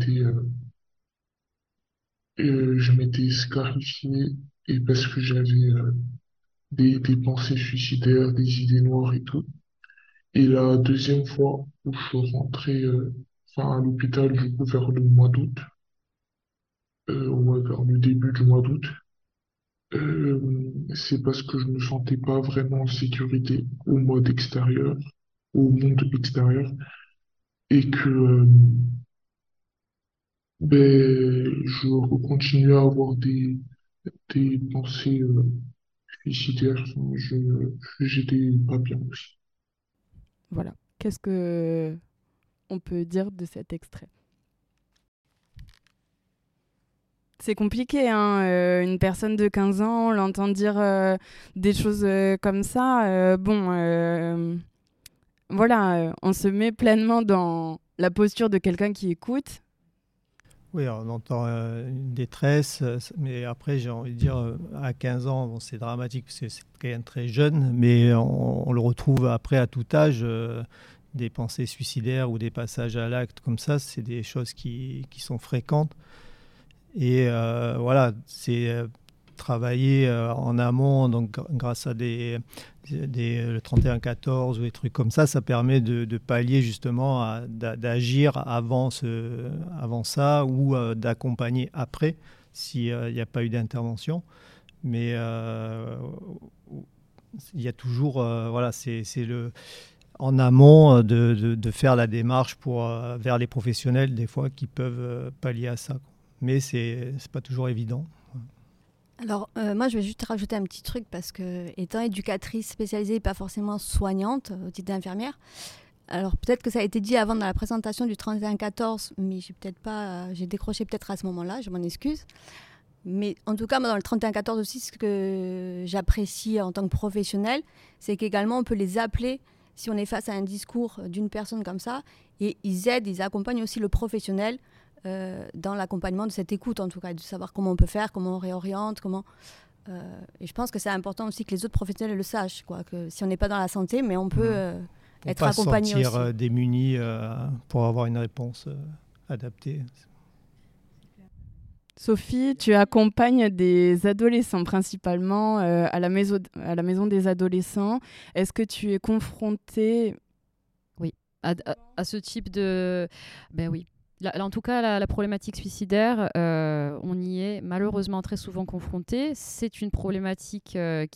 S5: je m'étais scarifié et parce que j'avais des pensées suicidaires, des idées noires et tout. Et la deuxième fois où je suis rentré à l'hôpital, du coup, vers le mois d'août, ouais, vers le début du mois d'août, c'est parce que je ne me sentais pas vraiment en sécurité au monde extérieur, et que je continuais à avoir des pensées suicidaires. Enfin, j'étais pas bien aussi.
S1: Voilà. Qu'est-ce que on peut dire de cet extrait? C'est compliqué, hein, une personne de 15 ans, on l'entend dire des choses comme ça. Voilà, on se met pleinement dans la posture de quelqu'un qui écoute.
S7: Oui, on entend une détresse, mais après, j'ai envie de dire, à 15 ans, bon, c'est dramatique parce que c'est quand même très jeune, mais on le retrouve après à tout âge, des pensées suicidaires ou des passages à l'acte comme ça, c'est des choses qui sont fréquentes. Et voilà, c'est travailler en amont, donc grâce à le 31-14 ou des trucs comme ça permet de pallier justement, d'agir avant ça ou d'accompagner après s'il n'y a pas eu d'intervention. Mais il y a toujours, voilà, c'est en amont de faire la démarche vers les professionnels des fois qui peuvent pallier à ça. Mais c'est pas toujours évident.
S6: Alors, moi, je vais juste rajouter un petit truc parce que, étant éducatrice spécialisée et pas forcément soignante au titre d'infirmière, alors peut-être que ça a été dit avant dans la présentation du 31-14, mais j'ai décroché peut-être à ce moment-là, je m'en excuse. Mais en tout cas, moi, dans le 31-14 aussi, ce que j'apprécie en tant que professionnelle, c'est qu'également, on peut les appeler si on est face à un discours d'une personne comme ça, et ils accompagnent aussi le professionnel dans l'accompagnement de cette écoute, en tout cas, de savoir comment on peut faire, comment on réoriente, et je pense que c'est important aussi que les autres professionnels le sachent, quoi, que si on n'est pas dans la santé, mais on peut être accompagné aussi.
S7: Pour pas sortir démuni pour avoir une réponse adaptée.
S1: Sophie, tu accompagnes des adolescents principalement à la maison des adolescents. Est-ce que tu es confrontée
S8: à ce type de... Ben oui. Là, en tout cas, la problématique suicidaire, on y est malheureusement très souvent confronté. C'est une problématique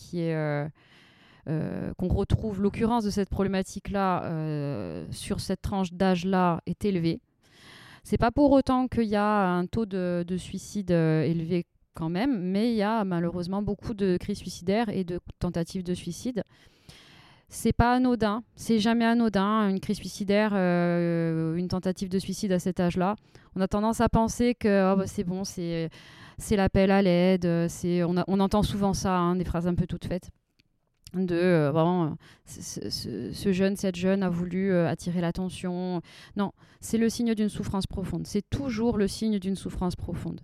S8: qu'on retrouve. L'occurrence de cette problématique-là sur cette tranche d'âge-là est élevée. C'est pas pour autant qu'il y a un taux de suicide élevé quand même, mais il y a malheureusement beaucoup de crises suicidaires et de tentatives de suicide. C'est pas anodin, c'est jamais anodin, une crise suicidaire, une tentative de suicide à cet âge-là. On a tendance à penser que c'est bon, c'est l'appel à l'aide, on entend souvent ça, hein, des phrases un peu toutes faites. Vraiment, cette jeune a voulu attirer l'attention. Non, c'est le signe d'une souffrance profonde. C'est toujours le signe d'une souffrance profonde.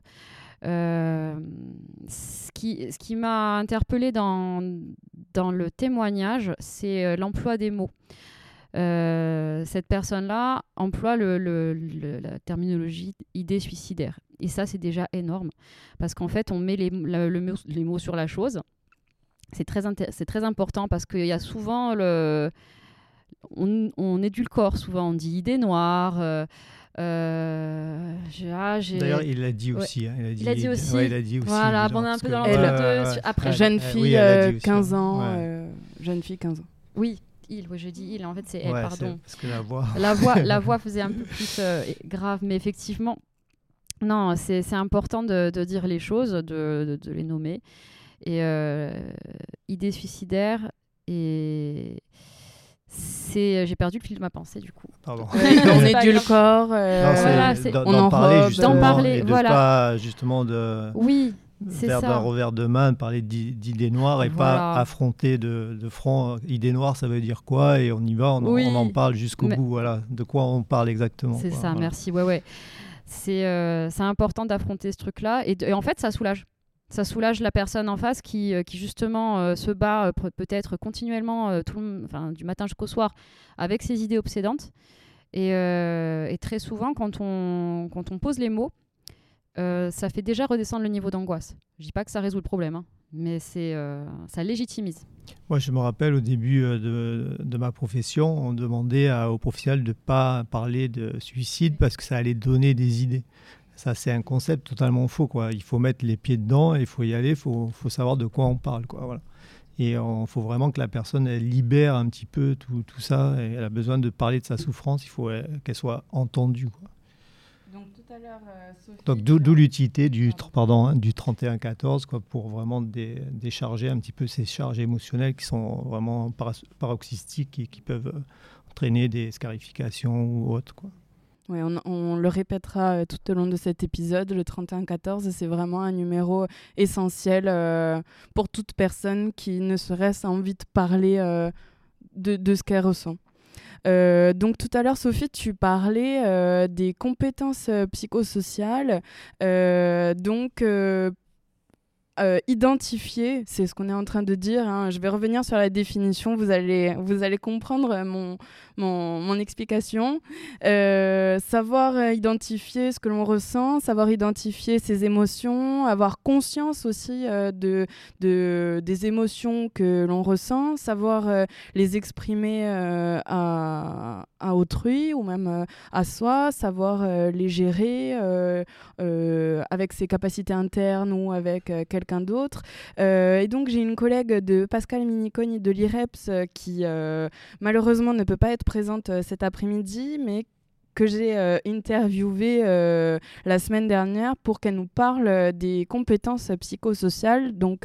S8: Ce qui m'a interpellée dans le témoignage, c'est l'emploi des mots. Cette personne-là emploie la terminologie idée suicidaire. Et ça, c'est déjà énorme. Parce qu'en fait, on met les mots sur la chose. C'est très important parce qu'il y a souvent on édulcore souvent, on dit idée noire.
S7: D'ailleurs, il l'a dit aussi. Hein,
S8: il a dit aussi.
S7: Ouais, il a dit aussi.
S8: Voilà, on est un peu dans
S1: après, jeune fille, 15 ans. Jeune fille, 15 ans.
S8: Oui, il. Oui, je dis il. En fait, c'est elle,
S7: Ouais,
S8: pardon.
S7: parce que la voix.
S8: La voix faisait un peu plus grave, mais effectivement, non, c'est important de dire les choses, de les nommer. Et idée suicidaire, et j'ai perdu le fil de ma pensée du coup.
S7: Pardon.
S1: On édulcore.
S8: Voilà,
S7: d'en
S1: on
S7: parler
S1: enrobe.
S7: justement,
S8: D'en parler,
S7: et de
S8: voilà.
S7: pas justement de
S8: Oui, c'est
S7: vers
S8: ça.
S7: d'un revers de main, de parler d'idées noires et
S8: Voilà.
S7: pas affronter de front. Idées noires, ça veut dire quoi? Et on y va,
S8: Oui,
S7: on en parle jusqu'au
S8: mais-
S7: bout. Voilà, de quoi on parle exactement.
S8: C'est
S7: quoi.
S8: ça,
S7: Voilà.
S8: merci. Ouais. C'est important d'affronter ce truc-là. Et en fait, ça soulage. Ça soulage la personne en face qui justement se bat peut-être continuellement du matin jusqu'au soir avec ses idées obsédantes. Et très souvent, quand on pose les mots, ça fait déjà redescendre le niveau d'angoisse. Je dis pas que ça résout le problème, hein, mais ça légitimise.
S7: Moi, je me rappelle au début de ma profession, on demandait aux professionnels de ne pas parler de suicide parce que ça allait donner des idées. Ça, c'est un concept totalement faux, quoi. Il faut mettre les pieds dedans, il faut y aller, il faut savoir de quoi on parle, quoi. Voilà. Et il faut vraiment que la personne elle libère un petit peu tout ça. Et elle a besoin de parler de sa souffrance, il faut qu'elle soit entendue, quoi.
S1: Donc tout à l'heure, Sophie.
S7: Donc d'où l'utilité du 31-14, quoi, pour vraiment décharger un petit peu ces charges émotionnelles qui sont vraiment paroxystiques et qui peuvent entraîner des scarifications ou autres, quoi.
S1: Ouais, on le répétera tout au long de cet épisode. Le 31-14, c'est vraiment un numéro essentiel pour toute personne qui ne serait-ce envie de parler de ce qu'elle ressent. Donc tout à l'heure, Sophie, tu parlais des compétences psychosociales. Identifier, c'est ce qu'on est en train de dire, hein. Je vais revenir sur la définition, vous allez comprendre mon explication. Savoir identifier ce que l'on ressent, savoir identifier ses émotions, avoir conscience aussi des émotions que l'on ressent, savoir les exprimer à autrui ou même à soi, savoir les gérer avec ses capacités internes ou avec quelqu'un d'autre. Et donc, j'ai une collègue de Pascal Miniconi de l'IREPS qui, malheureusement, ne peut pas être présente cet après-midi, mais que j'ai interviewée la semaine dernière pour qu'elle nous parle des compétences psychosociales. Donc,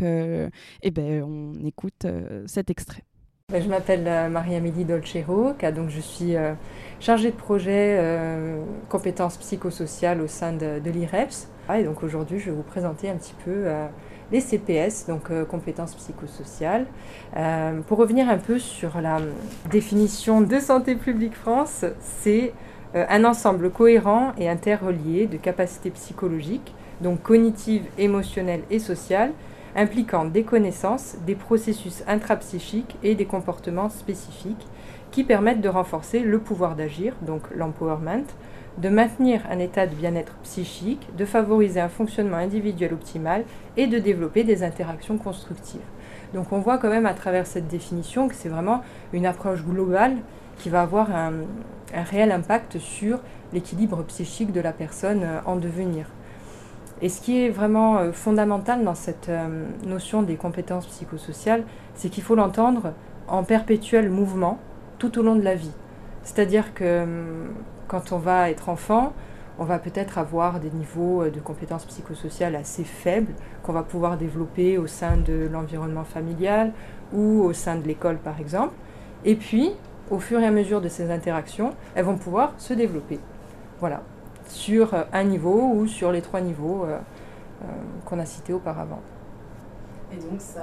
S1: on écoute cet extrait.
S9: Je m'appelle Maria-Amélie Dolcero, donc je suis chargée de projet compétences psychosociales au sein de l'IREPS. Et donc aujourd'hui, je vais vous présenter un petit peu les CPS, donc compétences psychosociales. Pour revenir un peu sur la définition de Santé publique France, c'est un ensemble cohérent et interrelié de capacités psychologiques, donc cognitives, émotionnelles et sociales, impliquant des connaissances, des processus intrapsychiques et des comportements spécifiques qui permettent de renforcer le pouvoir d'agir, donc l'empowerment, de maintenir un état de bien-être psychique, de favoriser un fonctionnement individuel optimal et de développer des interactions constructives. Donc on voit quand même à travers cette définition que c'est vraiment une approche globale qui va avoir un réel impact sur l'équilibre psychique de la personne en devenir. Et ce qui est vraiment fondamental dans cette notion des compétences psychosociales, c'est qu'il faut l'entendre en perpétuel mouvement tout au long de la vie. C'est-à-dire que quand on va être enfant, on va peut-être avoir des niveaux de compétences psychosociales assez faibles qu'on va pouvoir développer au sein de l'environnement familial ou au sein de l'école par exemple. Et puis, au fur et à mesure de ces interactions, elles vont pouvoir se développer. Voilà. Sur un niveau ou sur les 3 niveaux qu'on a cités auparavant.
S1: Et donc ça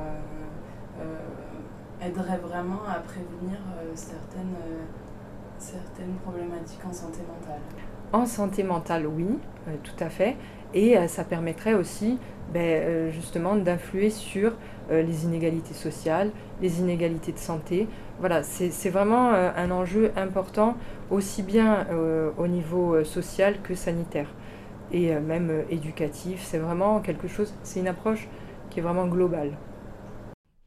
S1: aiderait vraiment à prévenir certaines problématiques en santé mentale.
S9: En santé mentale, oui, tout à fait. Et ça permettrait aussi justement d'influer sur les inégalités sociales, les inégalités de santé. Voilà, c'est vraiment un enjeu important, aussi bien au niveau social que sanitaire et même éducatif. C'est vraiment quelque chose, c'est une approche qui est vraiment globale.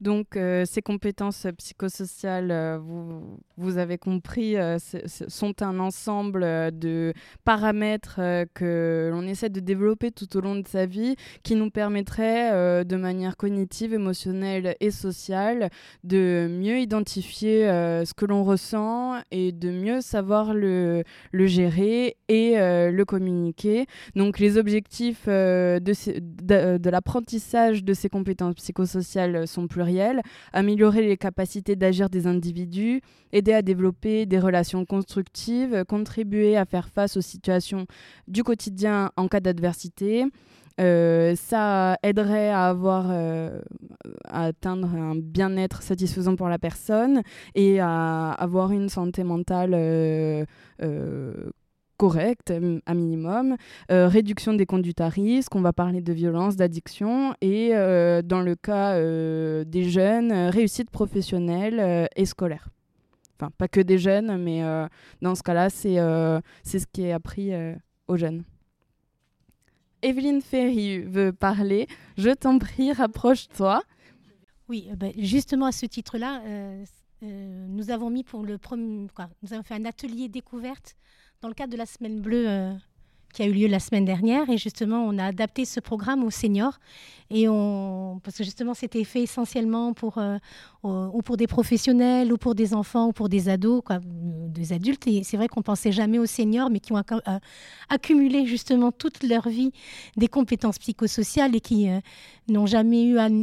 S1: Donc, ces compétences psychosociales, vous avez compris, sont un ensemble de paramètres que l'on essaie de développer tout au long de sa vie, qui nous permettraient, de manière cognitive, émotionnelle et sociale, de mieux identifier ce que l'on ressent et de mieux savoir le gérer et le communiquer. Donc, les objectifs de l'apprentissage de ces compétences psychosociales sont pluriels: améliorer les capacités d'agir des individus, aider à développer des relations constructives, contribuer à faire face aux situations du quotidien en cas d'adversité. Ça aiderait à atteindre un bien-être satisfaisant pour la personne et à avoir une santé mentale correcte, à minimum. Réduction des conduites à risque, on va parler de violence, d'addiction, et dans le cas des jeunes, réussite professionnelle et scolaire. Enfin, pas que des jeunes, mais dans ce cas-là, c'est ce qui est appris aux jeunes. Evelyne Ferry veut parler. Je t'en prie, rapproche-toi.
S2: Oui, justement à ce titre-là, nous avons mis pour le premier, nous avons fait un atelier découverte dans le cadre de la Semaine Bleue qui a eu lieu la semaine dernière, et justement on a adapté ce programme aux seniors, parce que justement c'était fait essentiellement ou pour des professionnels, ou pour des enfants, ou pour des ados, des adultes, et c'est vrai qu'on pensait jamais aux seniors, mais qui ont accumulé justement toute leur vie des compétences psychosociales et qui n'ont jamais eu à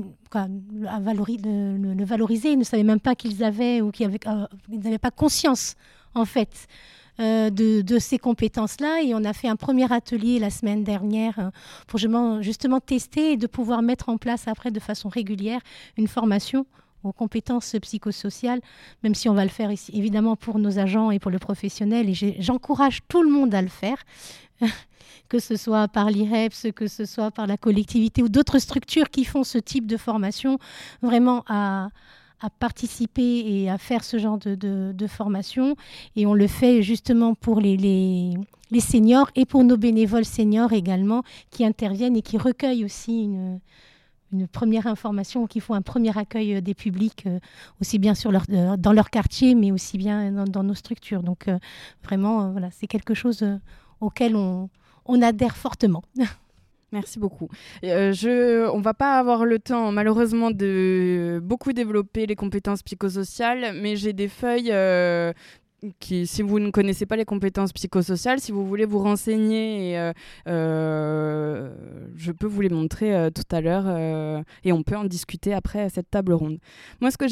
S2: le valoriser, ils ne savaient même pas qu'ils avaient, ou qu'ils n'avaient pas conscience en fait de ces compétences-là. Et on a fait un premier atelier la semaine dernière pour justement tester et de pouvoir mettre en place après de façon régulière une formation aux compétences psychosociales, même si on va le faire ici, évidemment pour nos agents et pour le professionnel. Et j'encourage tout le monde à le faire, que ce soit par l'IREPS, que ce soit par la collectivité ou d'autres structures qui font ce type de formation, vraiment à participer et à faire ce genre de formation. Et on le fait justement pour les seniors et pour nos bénévoles seniors également, qui interviennent et qui recueillent aussi une première information, qui font un premier accueil des publics, aussi bien dans leur quartier, mais aussi bien dans nos structures. Donc vraiment, voilà, c'est quelque chose auquel on adhère fortement.
S1: Merci beaucoup. On ne va pas avoir le temps, malheureusement, de beaucoup développer les compétences psychosociales, mais j'ai des feuilles si vous ne connaissez pas les compétences psychosociales, si vous voulez vous renseigner, je peux vous les montrer tout à l'heure, et on peut en discuter après cette table ronde. Moi, ce que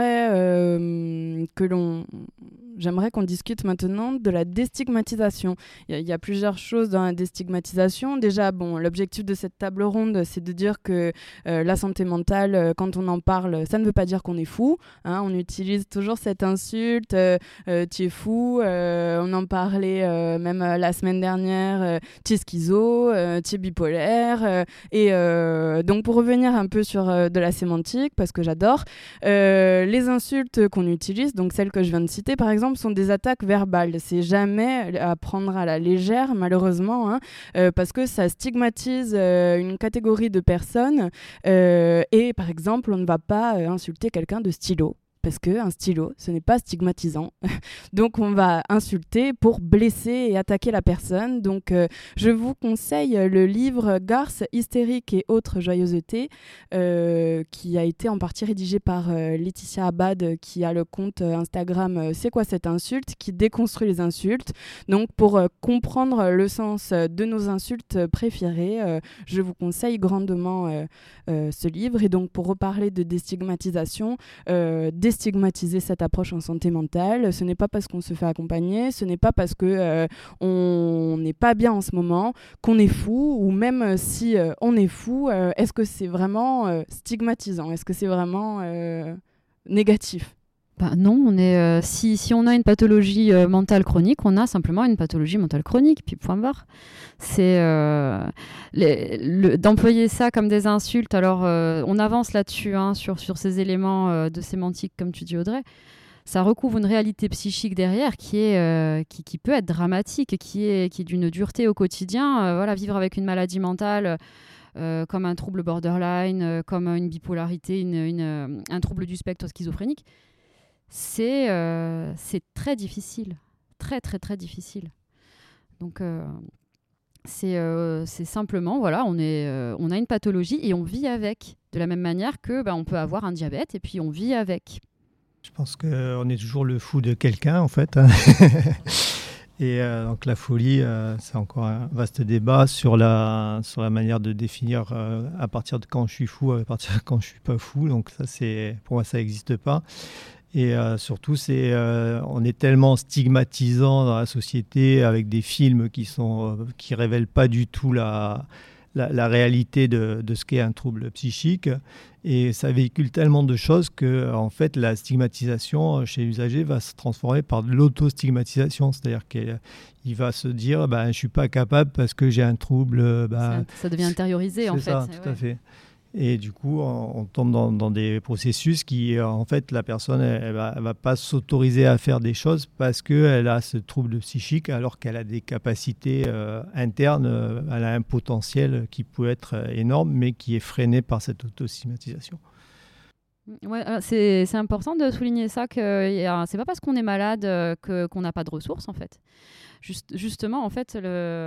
S1: j'aimerais qu'on discute maintenant de la déstigmatisation. Il y a plusieurs choses dans la déstigmatisation. Déjà, l'objectif de cette table ronde, c'est de dire que la santé mentale, quand on en parle, ça ne veut pas dire qu'on est fou. Hein, on utilise toujours cette insulte, tu es fou. On en parlait même la semaine dernière, tu es schizo, tu es bipolaire. Donc, pour revenir un peu sur de la sémantique, parce que j'adore, les insultes qu'on utilise, donc celles que je viens de citer, par exemple, sont des attaques verbales. C'est jamais à prendre à la légère, malheureusement, hein, parce que ça stigmatise une catégorie de personnes. Et par exemple, on ne va pas insulter quelqu'un de stylo, parce qu'un stylo, ce n'est pas stigmatisant. Donc, on va insulter pour blesser et attaquer la personne. Donc, je vous conseille le livre « Garce, hystérique et autres joyeusetés » qui a été en partie rédigé par Laetitia Abad, qui a le compte Instagram « C'est quoi cette insulte ?», qui déconstruit les insultes. Donc, pour comprendre le sens de nos insultes préférées, je vous conseille grandement ce livre. Et donc, pour reparler de déstigmatisation, stigmatiser cette approche en santé mentale. Ce n'est pas parce qu'on se fait accompagner, ce n'est pas parce que on n'est pas bien en ce moment qu'on est fou, ou même si on est fou, est-ce que c'est vraiment stigmatisant? Est-ce que c'est vraiment négatif?
S8: Non, si on a une pathologie mentale chronique, on a simplement une pathologie mentale chronique, puis point barre. C'est d'employer ça comme des insultes. Alors, on avance là-dessus, hein, sur ces éléments de sémantique, comme tu dis, Audrey. Ça recouvre une réalité psychique derrière qui peut être dramatique, qui est d'une dureté au quotidien. Vivre avec une maladie mentale, comme un trouble borderline, comme une bipolarité, un trouble du spectre schizophrénique, c'est très difficile, très très très difficile. Donc c'est simplement, voilà, on a une pathologie et on vit avec, de la même manière que on peut avoir un diabète et puis on vit avec.
S7: Je pense qu'on est toujours le fou de quelqu'un, en fait. Et donc la folie, c'est encore un vaste débat sur la manière de définir à partir de quand je suis fou, à partir de quand je suis pas fou. Donc ça, pour moi, ça n'existe pas. Et surtout, on est tellement stigmatisant dans la société avec des films qui révèlent pas du tout la réalité de ce qu'est un trouble psychique. Et ça véhicule tellement de choses que, en fait, la stigmatisation chez l'usager va se transformer par de l'autostigmatisation. C'est-à-dire qu'il va se dire je ne suis pas capable parce que j'ai un trouble.
S8: Ça devient intériorisé, en fait.
S7: C'est ça, tout à fait. Et du coup, on tombe dans des processus qui, en fait, la personne, elle va pas s'autoriser à faire des choses parce qu'elle a ce trouble psychique, alors qu'elle a des capacités internes, elle a un potentiel qui peut être énorme, mais qui est freiné par cette autostigmatisation.
S8: Ouais, c'est important de souligner ça, que c'est pas parce qu'on est malade qu'on n'a pas de ressources, en fait. Justement, en fait,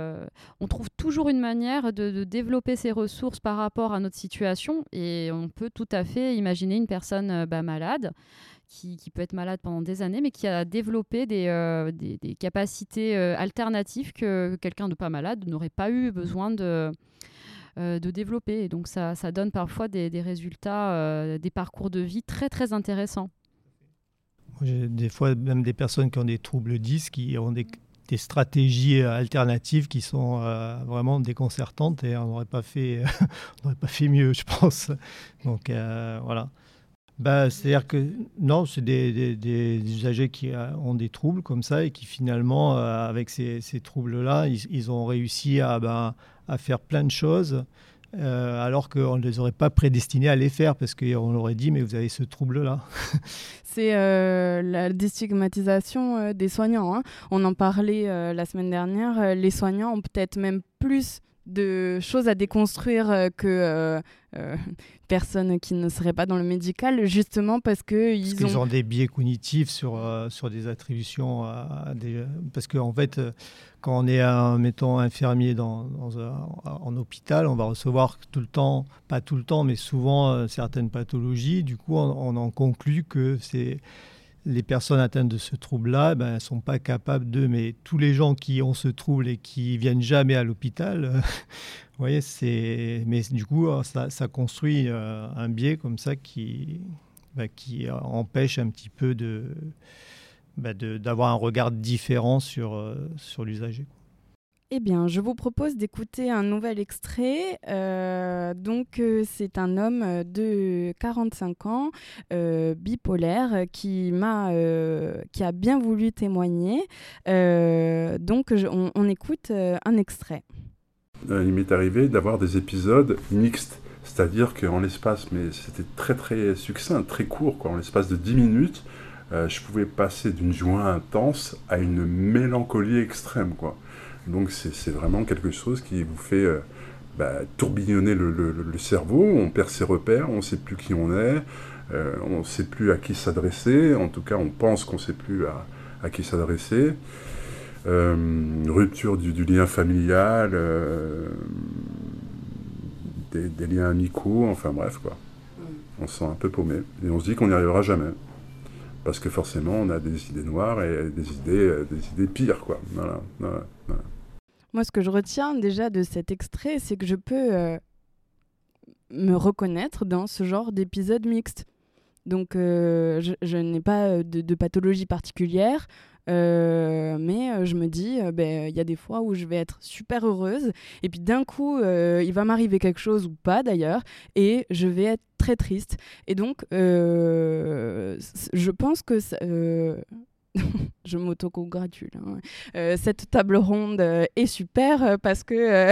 S8: on trouve toujours une manière de développer ses ressources par rapport à notre situation, et on peut tout à fait imaginer une personne malade, qui peut être malade pendant des années, mais qui a développé des capacités alternatives que quelqu'un de pas malade n'aurait pas eu besoin de développer. Et donc ça donne parfois des résultats, des parcours de vie très très intéressants.
S7: J'ai des fois même des personnes qui ont des troubles 10 qui ont des stratégies alternatives qui sont vraiment déconcertantes, et on n'aurait pas fait mieux, je pense. Donc voilà. C'est-à-dire que non, c'est des usagers qui ont des troubles comme ça et qui finalement, avec ces troubles-là, ils ont réussi à faire plein de choses, alors qu'on ne les aurait pas prédestinés à les faire, parce qu'on leur aurait dit mais vous avez ce trouble-là.
S1: C'est la déstigmatisation des soignants, hein. On en parlait la semaine dernière. Les soignants ont peut-être même plus de choses à déconstruire que personnes qui ne seraient pas dans le médical, justement parce qu'ils
S7: ont des biais cognitifs sur des attributions parce qu'en fait, quand on est mettons infirmier en hôpital, on va recevoir tout le temps, pas tout le temps, mais souvent certaines pathologies. Du coup, on en conclut que les personnes atteintes de ce trouble-là, elles ne sont pas capables mais tous les gens qui ont ce trouble et qui ne viennent jamais à l'hôpital, vous voyez, mais du coup, ça construit un biais comme ça qui empêche un petit peu d'avoir un regard différent sur l'usager.
S1: Eh bien, je vous propose d'écouter un nouvel extrait. C'est un homme de 45 ans, bipolaire, qui a bien voulu témoigner. On écoute un extrait.
S10: Il m'est arrivé d'avoir des épisodes mixtes, c'est-à-dire qu'en l'espace, mais c'était très très succinct, très court, en l'espace de 10 minutes, je pouvais passer d'une joie intense à une mélancolie extrême, Donc c'est vraiment quelque chose qui vous fait tourbillonner le cerveau, on perd ses repères, on ne sait plus qui on est, on ne sait plus à qui s'adresser, en tout cas on pense qu'on ne sait plus à qui s'adresser. Rupture du lien familial, des liens amicaux, enfin bref On se sent un peu paumé et on se dit qu'on n'y arrivera jamais. Parce que forcément on a des idées noires et des idées pires, Voilà.
S1: Moi, ce que je retiens déjà de cet extrait, c'est que je peux me reconnaître dans ce genre d'épisode mixte. Donc, je n'ai pas de pathologie particulière, mais je me dis, il y a des fois où je vais être super heureuse, et puis d'un coup, il va m'arriver quelque chose, ou pas d'ailleurs, et je vais être très triste. Et donc, je pense que... je m'autocongratule. Cette table ronde est super parce que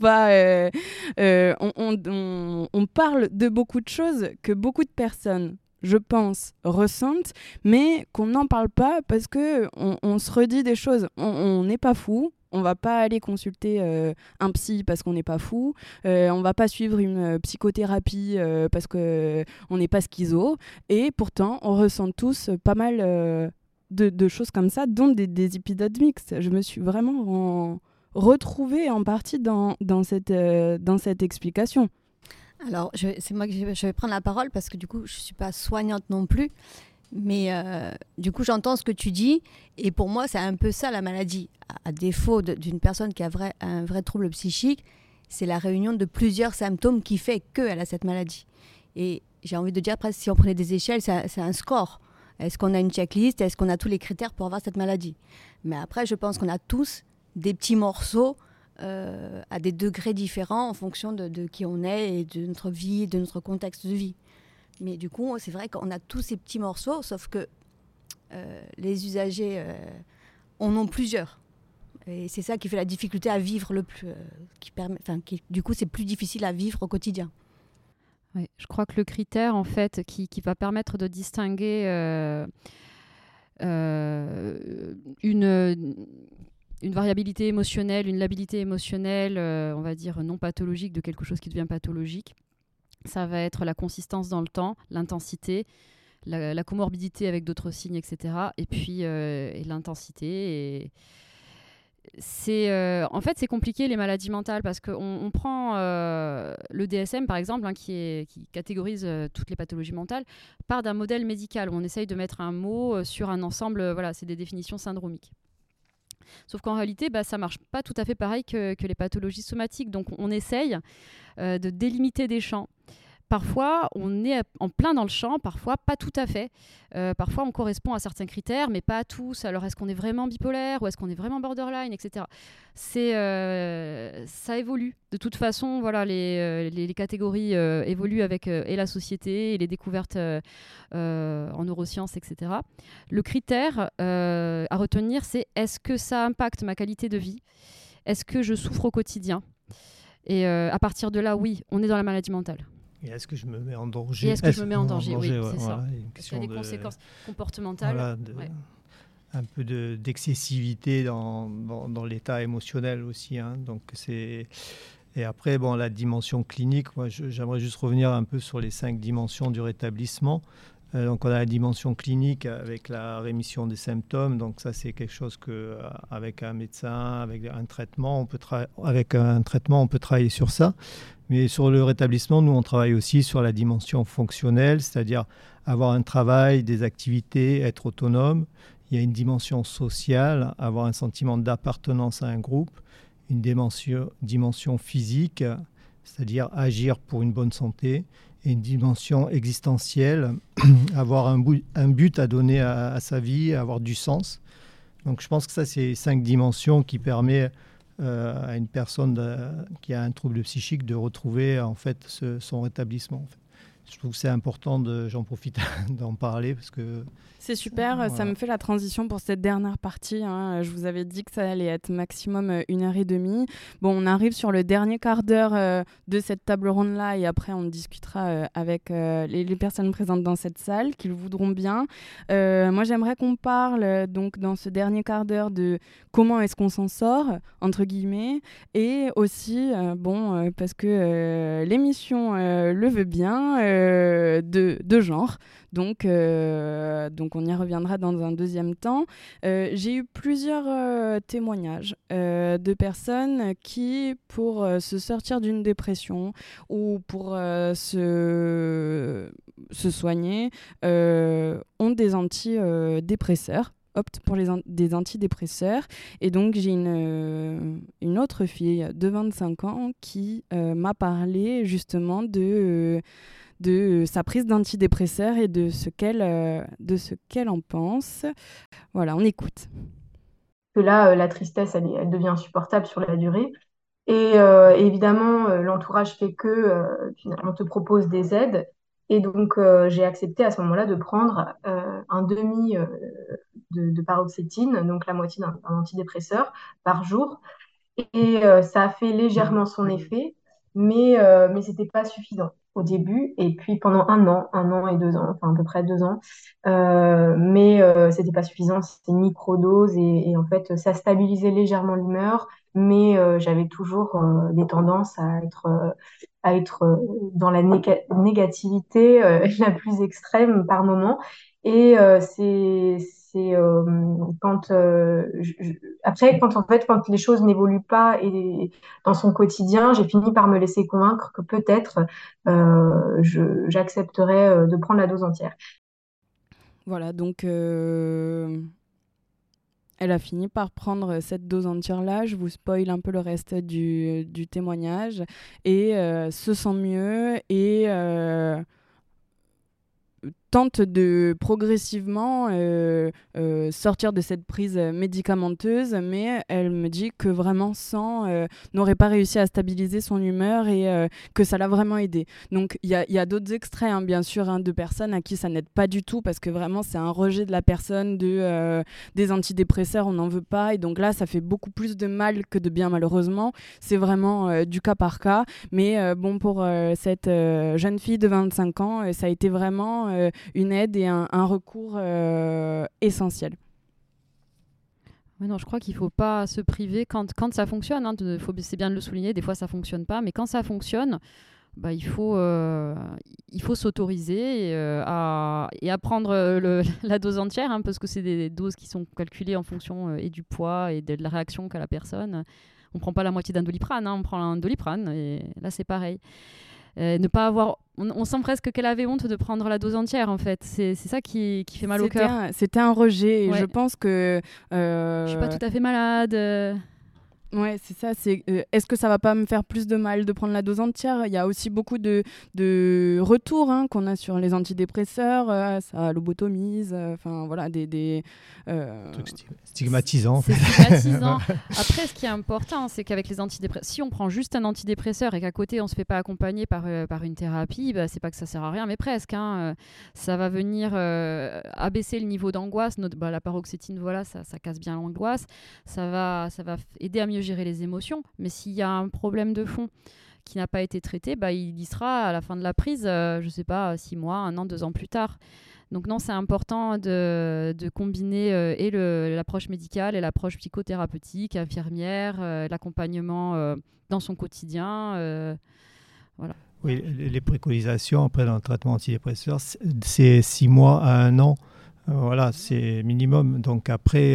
S1: on parle de beaucoup de choses que beaucoup de personnes, je pense, ressentent, mais qu'on n'en parle pas parce que on se redit des choses. On n'est pas fou. On va pas aller consulter un psy parce qu'on n'est pas fou. On va pas suivre une psychothérapie parce qu'on n'est pas schizo. Et pourtant, on ressent tous pas mal de choses comme ça, dont des épisodes mixtes. Je me suis vraiment retrouvée en partie dans cette explication.
S6: Alors, c'est moi que je vais prendre la parole parce que du coup, je ne suis pas soignante non plus. Mais du coup, j'entends ce que tu dis. Et pour moi, c'est un peu ça la maladie. À défaut d'une personne qui a un vrai trouble psychique, c'est la réunion de plusieurs symptômes qui fait qu'elle a cette maladie. Et j'ai envie de dire, presque, si on prenait des échelles, c'est un score. Est-ce qu'on a une checklist? Est-ce qu'on a tous les critères pour avoir cette maladie? Mais après, je pense qu'on a tous des petits morceaux à des degrés différents en fonction de qui on est et de notre vie, de notre contexte de vie. Mais du coup, c'est vrai qu'on a tous ces petits morceaux, sauf que les usagers en ont plusieurs. Et c'est ça qui fait la difficulté à vivre du coup, c'est plus difficile à vivre au quotidien.
S8: Oui, je crois que le critère, en fait, qui va permettre de distinguer une variabilité émotionnelle, une labilité émotionnelle, on va dire non pathologique, de quelque chose qui devient pathologique, ça va être la consistance dans le temps, l'intensité, la comorbidité avec d'autres signes, etc. Et puis et l'intensité. En fait, c'est compliqué les maladies mentales parce qu'on prend le DSM, par exemple, qui catégorise toutes les pathologies mentales, part d'un modèle médical où on essaye de mettre un mot sur un ensemble, c'est des définitions syndromiques. Sauf qu'en réalité, ça ne marche pas tout à fait pareil que les pathologies somatiques. Donc, on essaye de délimiter des champs. Parfois, on est en plein dans le champ, parfois pas tout à fait. Parfois, on correspond à certains critères, mais pas à tous. Alors, est-ce qu'on est vraiment bipolaire ou est-ce qu'on est vraiment borderline, etc. Ça évolue. De toute façon, voilà, les catégories évoluent avec et la société et les découvertes en neurosciences, etc. Le critère à retenir, c'est est-ce que ça impacte ma qualité de vie? Est-ce que je souffre au quotidien? Et à partir de là, oui, on est dans la maladie mentale.
S7: Et est-ce que je me mets en danger?
S8: Et est-ce que je me mets en danger? Oui, c'est ça.
S7: Voilà,
S8: parce qu'il y a des conséquences comportementales.
S7: Voilà, un peu d'excessivité dans l'état émotionnel aussi. Hein. Donc et après, la dimension clinique, moi, j'aimerais juste revenir un peu sur les 5 dimensions du rétablissement. Donc on a la dimension clinique avec la rémission des symptômes. Donc ça, c'est quelque chose qu'avec un médecin, avec un traitement, on peut travailler sur ça. Mais sur le rétablissement, nous, on travaille aussi sur la dimension fonctionnelle, c'est-à-dire avoir un travail, des activités, être autonome. Il y a une dimension sociale, avoir un sentiment d'appartenance à un groupe, une dimension physique, c'est-à-dire agir pour une bonne santé, et une dimension existentielle, avoir un but à donner à sa vie, avoir du sens. Donc je pense que ça, c'est 5 dimensions qui permettent à une personne qui a un trouble psychique de retrouver en fait son rétablissement. En fait. Je trouve que c'est important, j'en profite d'en parler parce que...
S1: C'est super, voilà. Ça me fait la transition pour cette dernière partie. Hein. Je vous avais dit que ça allait être maximum 1h30. Bon, on arrive sur le dernier quart d'heure de cette table ronde-là et après on discutera avec les personnes présentes dans cette salle qui le voudront bien. Moi, j'aimerais qu'on parle donc dans ce dernier quart d'heure de comment est-ce qu'on s'en sort, entre guillemets, et aussi, parce que l'émission le veut bien, de genre. Donc on y reviendra dans un deuxième temps. J'ai eu plusieurs témoignages de personnes qui, pour se sortir d'une dépression ou pour se soigner, ont des antidépresseurs. Optent pour des antidépresseurs. Et donc, j'ai une autre fille de 25 ans qui m'a parlé justement de sa prise d'antidépresseurs et de ce qu'elle en pense. Voilà, on écoute.
S11: Que là, la tristesse, elle devient insupportable sur la durée. Et évidemment, l'entourage fait que on te propose des aides. Et donc, j'ai accepté à ce moment-là de prendre un demi de paroxétine, donc la moitié d'un antidépresseur par jour. Et ça a fait légèrement son effet. mais c'était pas suffisant au début. Et puis pendant 1 an et 2 ans, enfin à peu près 2 ans, mais c'était pas suffisant, c'était une microdose et en fait ça stabilisait légèrement l'humeur, mais j'avais toujours des tendances à être dans la négativité la plus extrême par moment. Et c'est quand après quand en fait quand les choses n'évoluent pas et dans son quotidien, j'ai fini par me laisser convaincre que peut-être j'accepterais de prendre la dose entière.
S1: Voilà, donc elle a fini par prendre cette dose entière-là. Je vous spoil un peu le reste du témoignage. Et se sent mieux et tente de progressivement sortir de cette prise médicamenteuse, mais elle me dit que vraiment sans n'aurait pas réussi à stabiliser son humeur et que ça l'a vraiment aidé. Donc il y a d'autres extraits, hein, bien sûr, hein, de personnes à qui ça n'aide pas du tout parce que vraiment c'est un rejet de la personne des antidépresseurs, on n'en veut pas, et donc là ça fait beaucoup plus de mal que de bien, malheureusement. C'est vraiment du cas par cas, mais bon, pour cette jeune fille de 25 ans, ça a été vraiment une aide et un recours essentiel.
S8: Ouais, non, je crois qu'il ne faut pas se priver quand ça fonctionne. Hein, c'est bien de le souligner, des fois ça ne fonctionne pas, mais quand ça fonctionne, bah, il faut s'autoriser et à prendre la dose entière, hein, parce que c'est des doses qui sont calculées en fonction et du poids et de la réaction qu'a la personne. On ne prend pas la moitié d'un Doliprane, hein, on prend un Doliprane, et là c'est pareil. Ne pas avoir... On sent presque qu'elle avait honte de prendre la dose entière, en fait. C'est ça qui fait mal au cœur.
S1: C'était un rejet.
S8: Ouais.
S1: Et je pense que...
S8: Je suis pas tout à fait malade.
S1: Ouais, c'est ça. Est-ce que ça va pas me faire plus de mal de prendre la dose entière ? Il y a aussi beaucoup de retours, hein, qu'on a sur les antidépresseurs. Ça lobotomise. Enfin, voilà, des
S7: stigmatisant.
S8: C'est stigmatisant. Après, ce qui est important, c'est qu'avec les antidépresseurs, si on prend juste un antidépresseur et qu'à côté on se fait pas accompagner par une thérapie, bah, c'est pas que ça sert à rien, mais presque. Hein. Ça va venir abaisser le niveau d'angoisse. La paroxétine, voilà, ça casse bien l'angoisse. Ça va aider à mieux gérer les émotions. Mais s'il y a un problème de fond qui n'a pas été traité, bah, il y sera à la fin de la prise, je sais pas, 6 mois, 1 an, 2 ans plus tard. Donc non, c'est important de combiner l'approche médicale et l'approche psychothérapeutique, infirmière, l'accompagnement dans son quotidien. Voilà.
S7: Oui, les préconisations après dans le traitement antidépresseur, c'est 6 mois à 1 an. Voilà, c'est minimum. Donc après,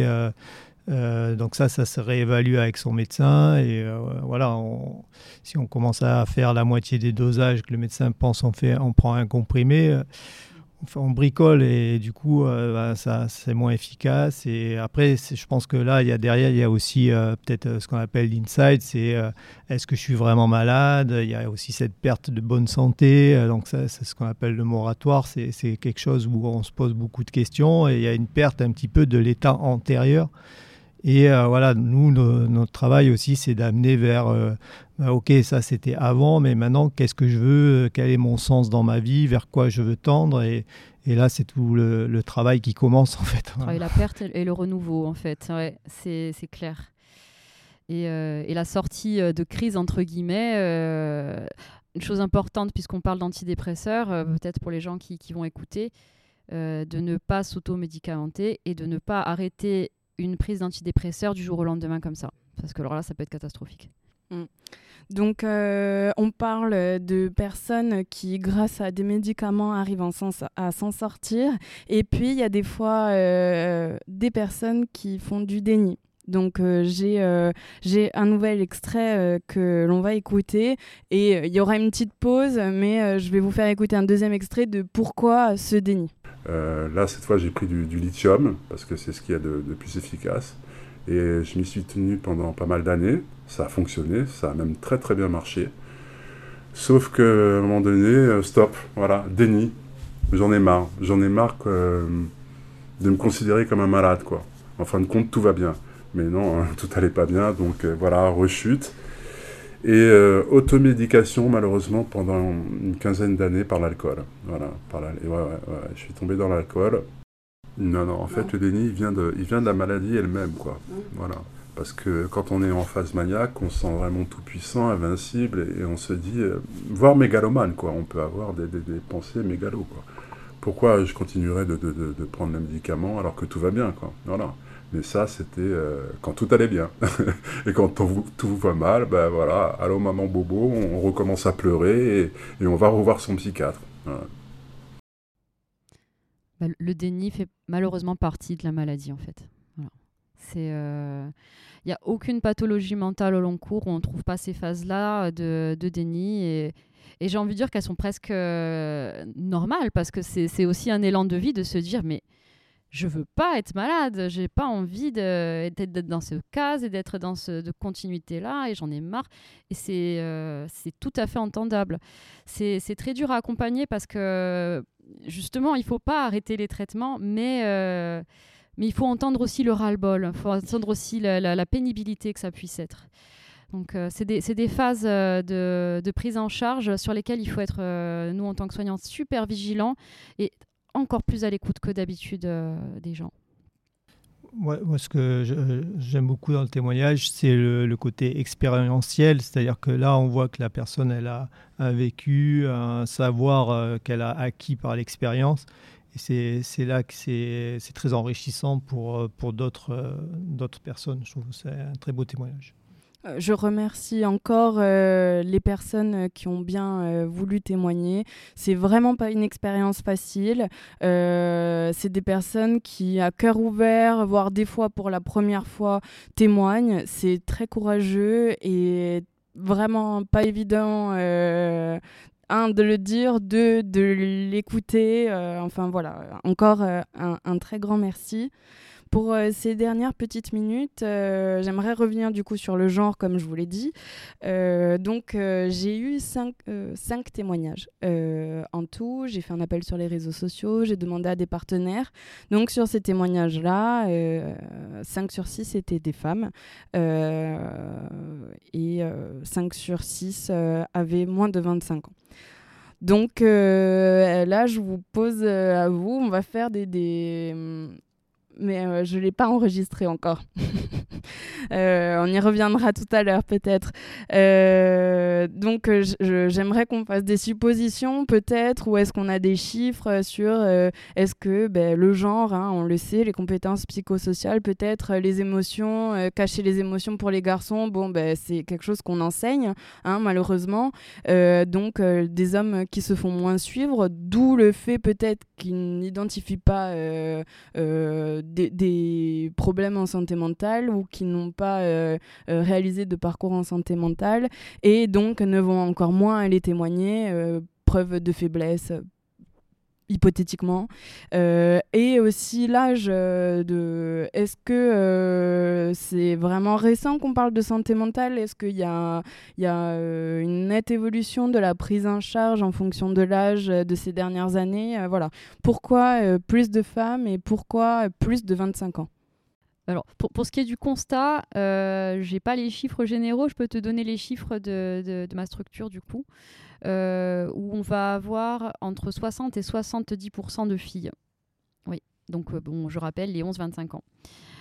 S7: donc ça se réévalue avec son médecin. Et voilà, si on commence à faire la moitié des dosages que le médecin pense on prend un comprimé, on bricole et du coup ça c'est moins efficace. Et après je pense que là derrière il y a aussi peut-être ce qu'on appelle l'insight, c'est est-ce que je suis vraiment malade. Il y a aussi cette perte de bonne santé, donc ça, c'est ce qu'on appelle le moratoire. C'est quelque chose où on se pose beaucoup de questions et il y a une perte un petit peu de l'état antérieur. Et voilà, nous, notre travail aussi, c'est d'amener vers, ok, ça c'était avant, mais maintenant, qu'est-ce que je veux, quel est mon sens dans ma vie, vers quoi je veux tendre. Et là, c'est tout le travail qui commence, en fait.
S8: Et la perte et le renouveau, en fait, ouais, c'est clair. Et la sortie de crise, entre guillemets, une chose importante, puisqu'on parle d'antidépresseurs, peut-être pour les gens qui vont écouter, de ne pas s'automédicamenter et de ne pas arrêter une prise d'antidépresseur du jour au lendemain comme ça. Parce que alors là, ça peut être catastrophique.
S1: Donc, on parle de personnes qui, grâce à des médicaments, arrivent à s'en sortir. Et puis, il y a des fois des personnes qui font du déni. Donc, j'ai un nouvel extrait que l'on va écouter. Et il y aura une petite pause, mais je vais vous faire écouter un deuxième extrait de pourquoi ce déni.
S10: Là, cette fois, j'ai pris du lithium, parce que c'est ce qu'il y a de plus efficace. Et je m'y suis tenu pendant pas mal d'années. Ça a fonctionné, ça a même très très bien marché. Sauf qu'à un moment donné, stop, voilà, déni. J'en ai marre. J'en ai marre de me considérer comme un malade, quoi. En fin de compte, tout va bien. Mais non, tout allait pas bien, donc voilà, rechute. Et automédication, malheureusement, pendant une quinzaine d'années par l'alcool. Voilà, je suis tombé dans l'alcool. Non, en fait, le déni, il vient de la maladie elle-même, quoi. Voilà. Parce que quand on est en phase maniaque, on se sent vraiment tout puissant, invincible, et on se dit, voire mégalomane, quoi. On peut avoir des pensées mégalo, quoi. Pourquoi je continuerais de prendre le médicament alors que tout va bien, quoi. Voilà. Mais ça, c'était quand tout allait bien. Et quand tout va mal, ben voilà, allô maman bobo, on recommence à pleurer et on va revoir son psychiatre. Voilà.
S8: Le déni fait malheureusement partie de la maladie, en fait. Voilà. Il n'y a aucune pathologie mentale au long cours où on ne trouve pas ces phases-là de déni. Et j'ai envie de dire qu'elles sont presque normales, parce que c'est aussi un élan de vie de se dire, mais je veux pas être malade, j'ai pas envie d'être dans ce cas et d'être dans de continuité-là, et j'en ai marre. Et c'est tout à fait entendable. C'est très dur à accompagner parce que, justement, il faut pas arrêter les traitements, mais il faut entendre aussi le ras-le-bol, il faut entendre aussi la pénibilité que ça puisse être. Donc, c'est des phases de prise en charge sur lesquelles il faut être, nous, en tant que soignants, super vigilants et encore plus à l'écoute que d'habitude des gens.
S7: Moi, ce que j'aime beaucoup dans le témoignage, c'est le côté expérientiel, c'est-à-dire que là, on voit que la personne, elle a un vécu, un savoir qu'elle a acquis par l'expérience, et c'est là que c'est très enrichissant pour d'autres personnes. Je trouve que c'est un très beau témoignage.
S1: Je remercie encore les personnes qui ont bien voulu témoigner. C'est vraiment pas une expérience facile. C'est des personnes qui, à cœur ouvert, voire des fois pour la première fois, témoignent. C'est très courageux et vraiment pas évident. De le dire, de l'écouter. Enfin voilà, encore un très grand merci. Pour ces dernières petites minutes, j'aimerais revenir du coup sur le genre, comme je vous l'ai dit. Donc, j'ai eu 5 témoignages. En tout, j'ai fait un appel sur les réseaux sociaux, j'ai demandé à des partenaires. Donc, sur ces témoignages-là, 5 sur 6 étaient des femmes. Et 5 sur 6 avaient moins de 25 ans. Donc, là, je vous pose à vous, on va faire mais je ne l'ai pas enregistré encore. On y reviendra tout à l'heure peut-être. Donc j'aimerais qu'on fasse des suppositions peut-être, ou est-ce qu'on a des chiffres sur est-ce que le genre, on le sait, les compétences psychosociales, peut-être les émotions, cacher les émotions pour les garçons, c'est quelque chose qu'on enseigne, malheureusement. Donc des hommes qui se font moins suivre, d'où le fait peut-être qu'ils n'identifient pas des problèmes en santé mentale ou qui n'ont pas réalisé de parcours en santé mentale et donc ne vont encore moins aller témoigner, preuve de faiblesse hypothétiquement. Et aussi l'âge est-ce que c'est vraiment récent qu'on parle de santé mentale? Est-ce qu'il y a une nette évolution de la prise en charge en fonction de l'âge de ces dernières années? Voilà. Pourquoi plus de femmes et pourquoi plus de 25 ans?
S8: Alors, pour ce qui est du constat, je n'ai pas les chiffres généraux. Je peux te donner les chiffres de ma structure, du coup, où on va avoir entre 60 et 70% de filles. Oui, donc je rappelle, les 11-25 ans.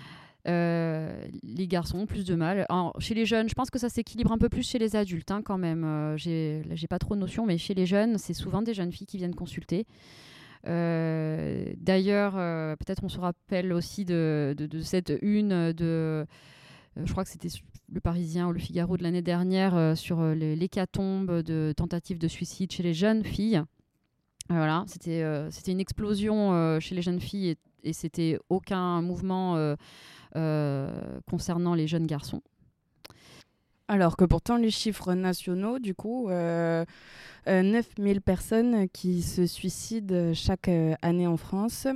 S8: Les garçons, plus de mal. Alors, chez les jeunes, je pense que ça s'équilibre un peu plus chez les adultes, quand même. J'ai pas trop de notion, mais chez les jeunes, c'est souvent des jeunes filles qui viennent consulter. D'ailleurs, peut-être on se rappelle aussi de cette une de je crois que c'était le Parisien ou le Figaro de l'année dernière sur l'hécatombe de tentatives de suicide chez les jeunes filles. Voilà, c'était une explosion chez les jeunes filles et c'était aucun mouvement concernant les jeunes garçons.
S1: Alors que pourtant, les chiffres nationaux, du coup, 9000 personnes qui se suicident chaque année en France.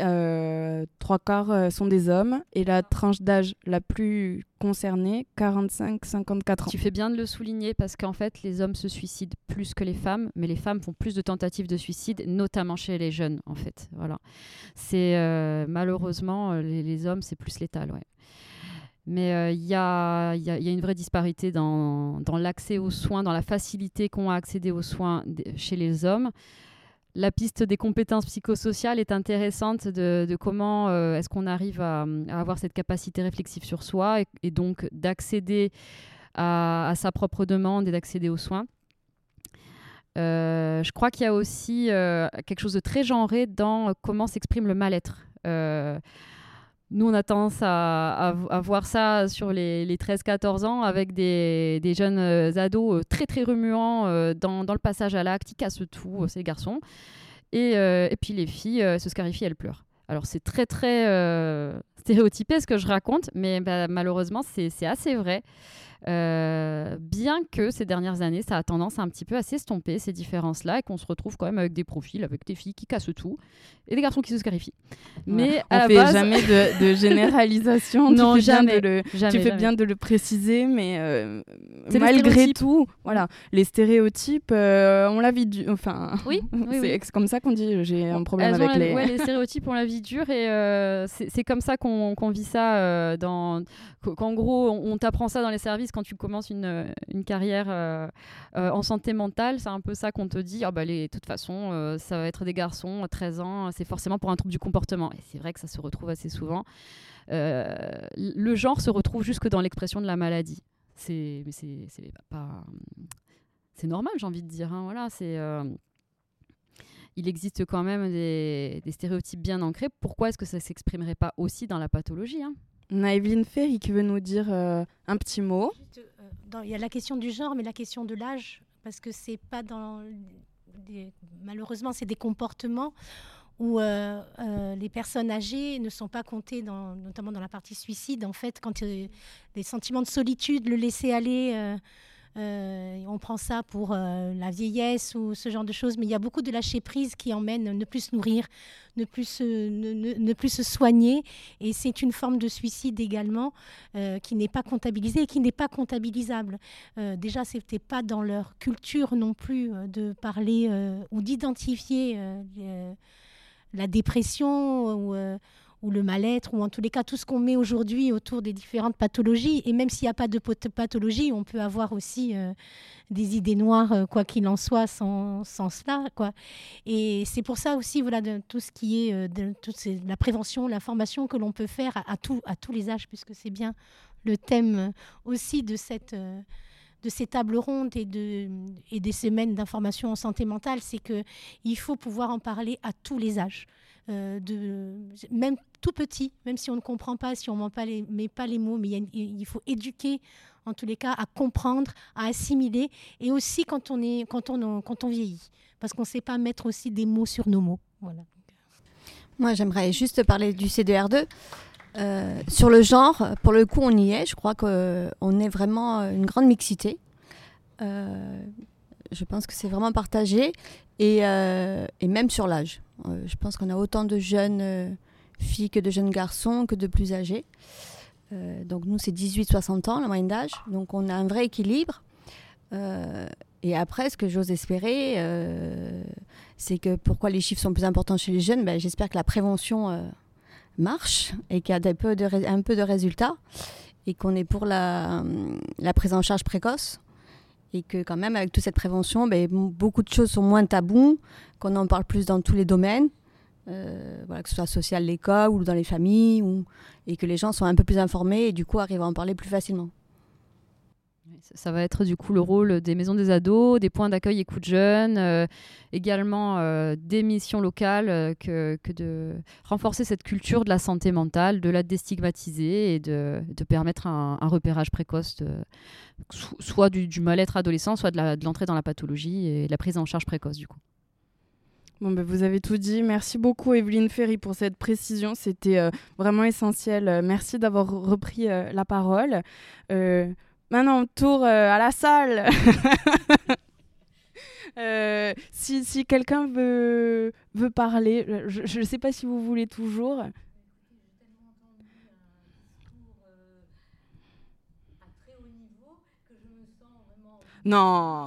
S1: 3/4 sont des hommes. Et la tranche d'âge la plus concernée, 45-54 ans.
S8: Tu fais bien de le souligner parce qu'en fait, les hommes se suicident plus que les femmes, mais les femmes font plus de tentatives de suicide, notamment chez les jeunes, en fait. Voilà. C'est malheureusement, les hommes, c'est plus létal, ouais. Mais il y a une vraie disparité dans l'accès aux soins, dans la facilité qu'ont à accéder aux soins chez les hommes. la piste des compétences psychosociales est intéressante de comment est-ce qu'on arrive à avoir cette capacité réflexive sur soi et donc d'accéder à sa propre demande et d'accéder aux soins. Je crois qu'il y a aussi quelque chose de très genré dans comment s'exprime le mal-être. Nous, on a tendance à voir ça sur les 13-14 ans avec des jeunes ados très, très remuants dans le passage à l'acte. Ils cassent tout, c'est les garçons. Et puis les filles se scarifient, elles pleurent. Alors, c'est très, très stéréotypé ce que je raconte, mais malheureusement, c'est assez vrai. Bien que ces dernières années, ça a tendance un petit peu à s'estomper, ces différences-là, et qu'on se retrouve quand même avec des profils, avec des filles qui cassent tout, et des garçons qui se scarifient. Mais
S1: on fait jamais de généralisation.
S8: Non,
S1: tu
S8: fais
S1: bien de le préciser, mais
S8: c'est
S1: malgré tout, voilà, les stéréotypes, on la vie dure. Enfin,
S8: oui.
S1: C'est comme ça qu'on dit. J'ai un problème avec
S8: les stéréotypes, on la vie dure, et c'est comme ça qu'on vit ça. Qu'en gros, on t'apprend ça dans les services quand tu commences une carrière en santé mentale. C'est un peu ça qu'on te dit. De toute façon, ça va être des garçons, 13 ans, c'est forcément pour un trouble du comportement. Et c'est vrai que ça se retrouve assez souvent. Le genre se retrouve jusque dans l'expression de la maladie. C'est normal, j'ai envie de dire. Hein, voilà, il existe quand même des stéréotypes bien ancrés. Pourquoi est-ce que ça ne s'exprimerait pas aussi dans la pathologie, hein?
S1: On a Evelyne Ferry qui veut nous dire un petit mot.
S2: Il y a la question du genre, mais la question de l'âge, parce que c'est pas malheureusement, c'est des comportements où les personnes âgées ne sont pas comptées, notamment dans la partie suicide. En fait, quand les sentiments de solitude, le laisser aller, on prend ça pour la vieillesse ou ce genre de choses, mais il y a beaucoup de lâcher-prise qui emmène ne plus se nourrir, ne plus se soigner, et c'est une forme de suicide également qui n'est pas comptabilisée et qui n'est pas comptabilisable. Déjà, ce n'était pas dans leur culture non plus de parler ou d'identifier la dépression ou le mal-être, ou en tous les cas tout ce qu'on met aujourd'hui autour des différentes pathologies. Et même s'il n'y a pas de pathologie, on peut avoir aussi des idées noires, quoi qu'il en soit, sans cela, quoi. Et c'est pour ça aussi, voilà, de tout ce qui est la prévention, l'information que l'on peut faire à tous les âges, puisque c'est bien le thème aussi de ces tables rondes et des semaines d'information en santé mentale, c'est qu'il faut pouvoir en parler à tous les âges. Même tout petit, même si on ne comprend pas, si on ne met pas les mots, mais il faut éduquer, en tous les cas, à comprendre, à assimiler, et aussi quand on vieillit, parce qu'on ne sait pas mettre aussi des mots sur nos mots. Voilà.
S6: Moi, j'aimerais juste parler du CDR2. Sur le genre, pour le coup, on y est. Je crois qu'on est vraiment une grande mixité. Je pense que c'est vraiment partagé. Et même sur l'âge. Je pense qu'on a autant de jeunes filles que de jeunes garçons, que de plus âgés. Donc nous, c'est 18-60 ans, la moyenne d'âge. Donc on a un vrai équilibre. Et après, ce que j'ose espérer, c'est que pourquoi les chiffres sont plus importants chez les jeunes, j'espère que la prévention marche et qu'il y a un peu de résultats et qu'on est pour la prise en charge précoce. Et que quand même, avec toute cette prévention, beaucoup de choses sont moins tabous, qu'on en parle plus dans tous les domaines, que ce soit social, l'école ou dans les familles, et que les gens sont un peu plus informés et du coup arrivent à en parler plus facilement.
S8: Ça va être du coup le rôle des maisons des ados, des points d'accueil écoute jeunes, également des missions locales, que de renforcer cette culture de la santé mentale, de la déstigmatiser et de permettre un repérage précoce, soit du mal-être adolescent, soit de l'entrée dans la pathologie et de la prise en charge précoce du coup.
S1: Bon, vous avez tout dit. Merci beaucoup Evelyne Ferry pour cette précision. C'était vraiment essentiel. Merci d'avoir repris la parole. Maintenant, tour à la salle. Si quelqu'un veut parler, je ne sais pas si vous voulez toujours. Non.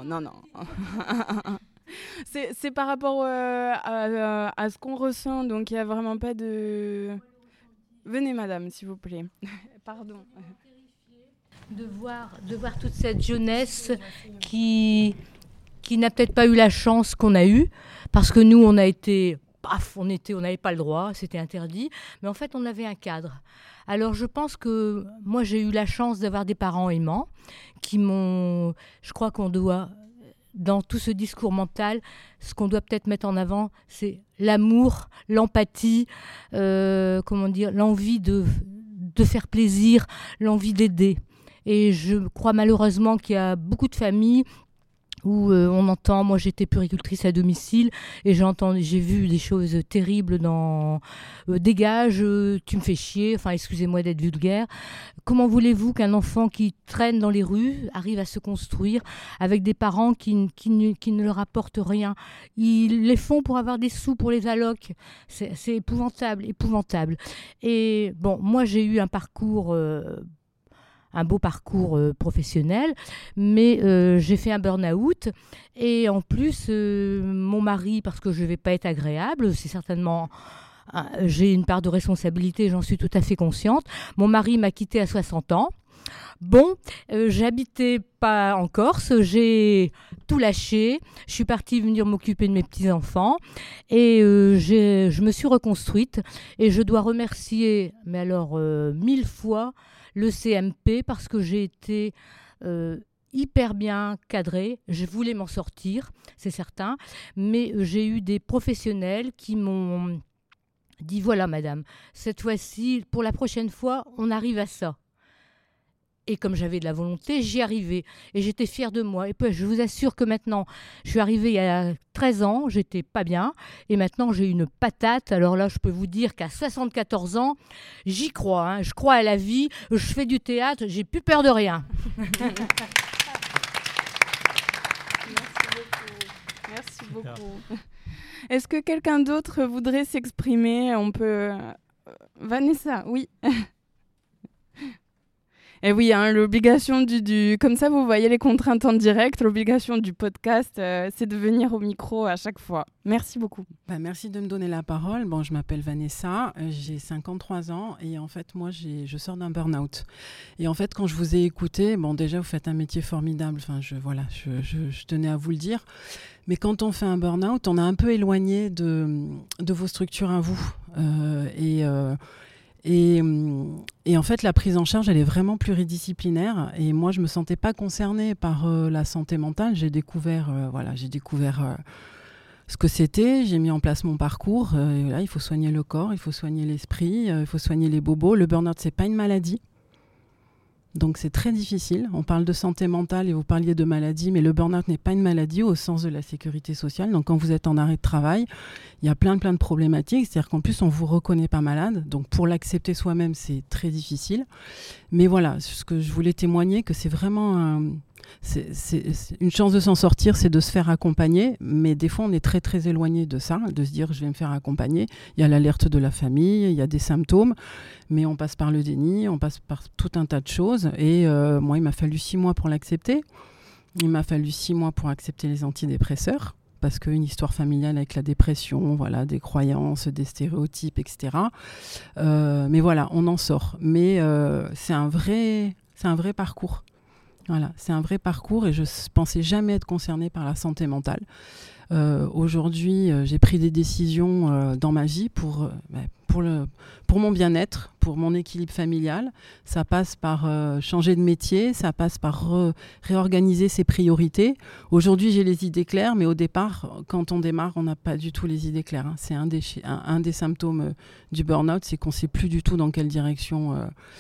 S1: C'est par rapport à ce qu'on ressent, donc il n'y a vraiment pas de... Venez madame, s'il vous plaît. Pardon.
S12: De voir toute cette jeunesse qui qui n'a peut-être pas eu la chance qu'on a eue, parce que nous, on a été, on n'avait pas le droit, c'était interdit, mais en fait, on avait un cadre. Alors, je pense que moi, j'ai eu la chance d'avoir des parents aimants qui m'ont... Je crois qu'on doit, dans tout ce discours mental, ce qu'on doit peut-être mettre en avant, c'est l'amour, l'empathie, l'envie de faire plaisir, l'envie d'aider. Et je crois malheureusement qu'il y a beaucoup de familles où on entend, moi j'étais puéricultrice à domicile et j'ai vu des choses terribles dans dégage, tu me fais chier, enfin excusez-moi d'être vulgaire. Comment voulez-vous qu'un enfant qui traîne dans les rues arrive à se construire avec des parents qui ne leur apportent rien? Ils les font pour avoir des sous pour les allocs. C'est épouvantable. Et bon, moi j'ai eu un beau parcours professionnel, mais j'ai fait un burn-out. Et en plus, mon mari, parce que je ne vais pas être agréable, c'est certainement... j'ai une part de responsabilité, j'en suis tout à fait consciente. Mon mari m'a quittée à 60 ans. Bon, j'habitais pas en Corse, j'ai tout lâché. Je suis partie venir m'occuper de mes petits-enfants et je me suis reconstruite. Et je dois remercier, mais alors 1000 fois, le CMP parce que j'ai été hyper bien cadrée. Je voulais m'en sortir, c'est certain, mais j'ai eu des professionnels qui m'ont dit voilà madame, cette fois-ci, pour la prochaine fois, on arrive à ça. Et comme j'avais de la volonté, j'y arrivais. Et j'étais fière de moi. Et puis, je vous assure que maintenant, je suis arrivée il y a 13 ans, j'étais pas bien. Et maintenant, j'ai une patate. Alors là, je peux vous dire qu'à 74 ans, j'y crois. Hein. Je crois à la vie. Je fais du théâtre. J'ai plus peur de rien.
S1: Merci beaucoup. Est-ce que quelqu'un d'autre voudrait s'exprimer? On peut... Vanessa, oui. Et oui, hein, l'obligation du... Comme ça, vous voyez les contraintes en direct. L'obligation du podcast, c'est de venir au micro à chaque fois. Merci beaucoup.
S13: Merci de me donner la parole. Bon, je m'appelle Vanessa, j'ai 53 ans et en fait, moi, je sors d'un burn-out. Et en fait, quand je vous ai écouté, bon, déjà, vous faites un métier formidable. Enfin, je tenais à vous le dire. Mais quand on fait un burn-out, on est un peu éloigné de vos structures à vous. Et en fait, la prise en charge, elle est vraiment pluridisciplinaire. Et moi, je ne me sentais pas concernée par la santé mentale. J'ai découvert ce que c'était. J'ai mis en place mon parcours. Là, il faut soigner le corps, il faut soigner l'esprit, il faut soigner les bobos. Le burn-out, ce n'est pas une maladie. Donc, c'est très difficile. On parle de santé mentale et vous parliez de maladie, mais le burn-out n'est pas une maladie au sens de la sécurité sociale. Donc, quand vous êtes en arrêt de travail, il y a plein de problématiques. C'est-à-dire qu'en plus, on ne vous reconnaît pas malade. Donc, pour l'accepter soi-même, c'est très difficile. Mais voilà, ce que je voulais témoigner, que c'est vraiment c'est une chance de s'en sortir, c'est de se faire accompagner. Mais des fois, on est très éloigné de ça, de se dire je vais me faire accompagner. Il y a l'alerte de la famille, il y a des symptômes, mais on passe par le déni, on passe par tout un tas de choses. Et moi, il m'a fallu 6 mois pour l'accepter. Il m'a fallu 6 mois pour accepter les antidépresseurs. Parce qu'une histoire familiale avec la dépression, voilà, des croyances, des stéréotypes, etc. Mais voilà, on en sort. Mais c'est un vrai parcours. Voilà, c'est un vrai parcours et je ne pensais jamais être concernée par la santé mentale. Aujourd'hui, j'ai pris des décisions dans ma vie pour mon bien-être, pour mon équilibre familial. Ça passe par changer de métier, ça passe par réorganiser ses priorités. Aujourd'hui, j'ai les idées claires, mais au départ, quand on démarre, on n'a pas du tout les idées claires. Hein. C'est un des symptômes du burn-out, c'est qu'on ne sait plus du tout dans quelle direction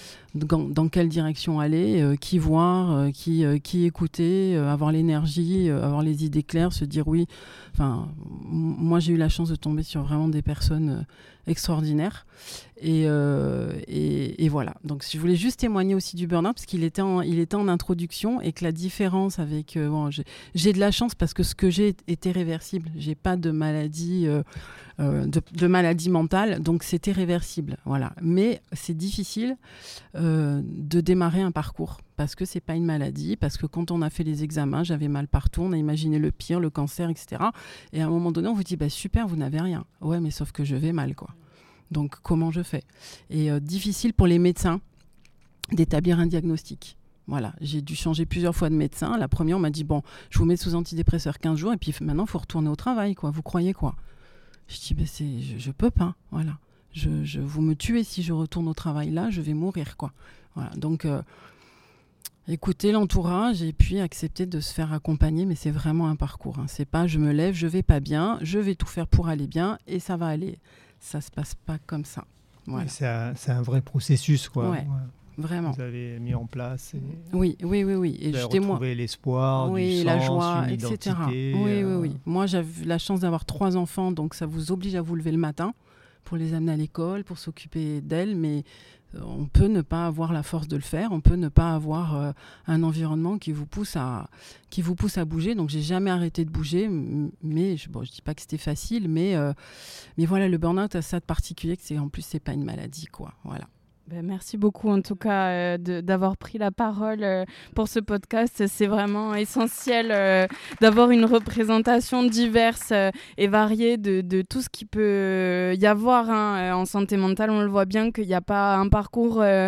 S13: aller, qui voir, qui écouter, avoir l'énergie, avoir les idées claires, se dire oui. Enfin, moi, j'ai eu la chance de tomber sur vraiment des personnes extraordinaires. Et voilà. Donc, je voulais juste témoigner aussi du burn-out parce qu'il était en introduction et que la différence avec... j'ai de la chance parce que ce que j'ai était réversible. J'ai pas de maladie... de maladie mentale, donc c'était réversible, voilà. Mais c'est difficile de démarrer un parcours parce que c'est pas une maladie, parce que quand on a fait les examens, j'avais mal partout, on a imaginé le pire, le cancer, etc. Et à un moment donné, on vous dit super, vous n'avez rien. Ouais, mais sauf que je vais mal, quoi. Donc comment je fais? Et difficile pour les médecins d'établir un diagnostic. Voilà, j'ai dû changer plusieurs fois de médecin. La première, on m'a dit, bon, je vous mets sous antidépresseur 15 jours et puis maintenant, il faut retourner au travail, quoi. Vous croyez quoi? Je dis, ben je peux pas, voilà. Vous me tuez si je retourne au travail là, je vais mourir, quoi. Voilà, donc écouter l'entourage et puis accepter de se faire accompagner, mais c'est vraiment un parcours. Hein. C'est pas je me lève, je vais pas bien, je vais tout faire pour aller bien et ça va aller. Ça se passe pas comme ça. Voilà.
S7: C'est un vrai processus, quoi.
S13: Ouais. Vraiment.
S7: Vous avez mis en place.
S13: Oui. Et
S7: vous avez retrouvé l'espoir, du sens,
S13: la joie,
S7: une
S13: etc.
S7: identité.
S13: Oui. Moi, j'avais la chance d'avoir 3 enfants, donc ça vous oblige à vous lever le matin pour les amener à l'école, pour s'occuper d'elles, mais on peut ne pas avoir la force de le faire, on peut ne pas avoir un environnement qui vous pousse à bouger. Donc, j'ai jamais arrêté de bouger, mais je dis pas que c'était facile, mais voilà, le burn-out a ça de particulier, que en plus, c'est pas une maladie, quoi. Voilà.
S1: Merci beaucoup en tout cas d'avoir pris la parole pour ce podcast. C'est vraiment essentiel d'avoir une représentation diverse et variée de tout ce qui peut y avoir en santé mentale. On le voit bien qu'il n'y a pas un parcours un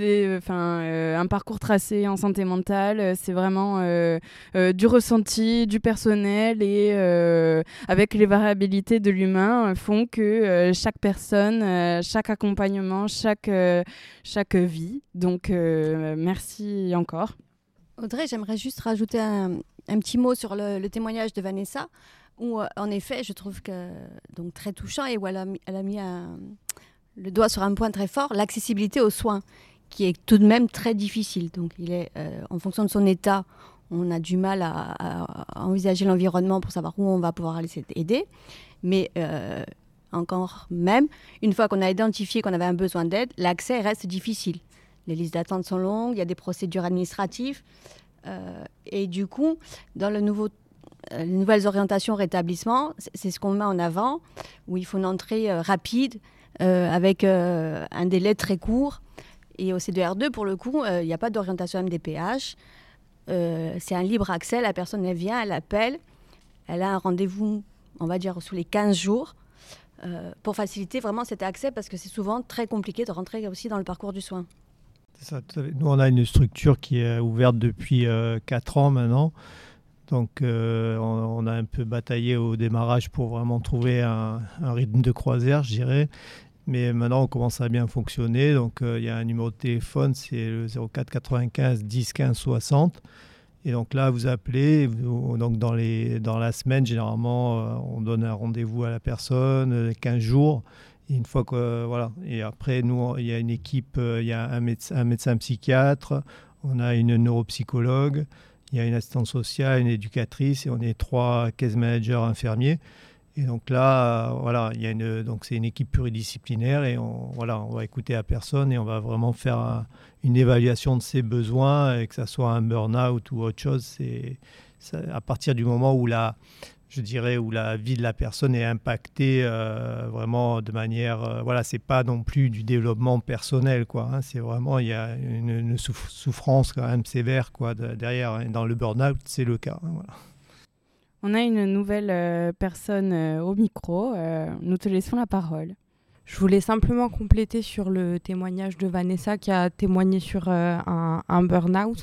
S1: parcours tracé en santé mentale. C'est vraiment du ressenti, du personnel et avec les variabilités de l'humain font que chaque personne, chaque accompagnement, chaque vie. Donc, merci encore.
S6: Audrey, j'aimerais juste rajouter un petit mot sur le témoignage de Vanessa, où, en effet, je trouve que donc très touchant et où elle a mis le doigt sur un point très fort, l'accessibilité aux soins, qui est tout de même très difficile. Donc, il est, en fonction de son état, on a du mal à envisager l'environnement pour savoir où on va pouvoir aller aider. Mais encore même, une fois qu'on a identifié qu'on avait un besoin d'aide, l'accès reste difficile. Les listes d'attente sont longues, il y a des procédures administratives. Et du coup, dans les nouvelles orientations rétablissement, c'est ce qu'on met en avant, où il faut une entrée rapide, avec un délai très court. Et au C2R2, pour le coup, il n'y a pas d'orientation MDPH. C'est un libre accès, la personne elle vient, elle appelle, elle a un rendez-vous, on va dire, sous les 15 jours. Pour faciliter vraiment cet accès, parce que c'est souvent très compliqué de rentrer aussi dans le parcours du soin.
S7: C'est ça, tout à fait. Nous, on a une structure qui est ouverte depuis 4 ans maintenant. Donc, on a un peu bataillé au démarrage pour vraiment trouver un rythme de croisière, je dirais. Mais maintenant, on commence à bien fonctionner. Donc, il y a un numéro de téléphone, c'est le 04 95 10 15 60. Et donc là, vous appelez, donc dans la semaine, généralement, on donne un rendez-vous à la personne, 15 jours. Et une fois que, voilà. Et après, nous, il y a une équipe, il y a un médecin psychiatre, on a une neuropsychologue, il y a une assistante sociale, une éducatrice, et on est 3 case managers infirmiers. Et donc là, voilà, donc c'est une équipe pluridisciplinaire et on va écouter la personne et on va vraiment faire une évaluation de ses besoins, et que ça soit un burn-out ou autre chose. À partir du moment où la vie de la personne est impactée vraiment de manière, c'est pas non plus du développement personnel, quoi. Hein, c'est vraiment, il y a une souffrance quand même sévère, quoi, derrière. Hein. Dans le burn-out, c'est le cas. Hein, voilà.
S1: On a une nouvelle personne au micro. Nous te laissons la parole.
S14: Je voulais simplement compléter sur le témoignage de Vanessa qui a témoigné sur un burn-out.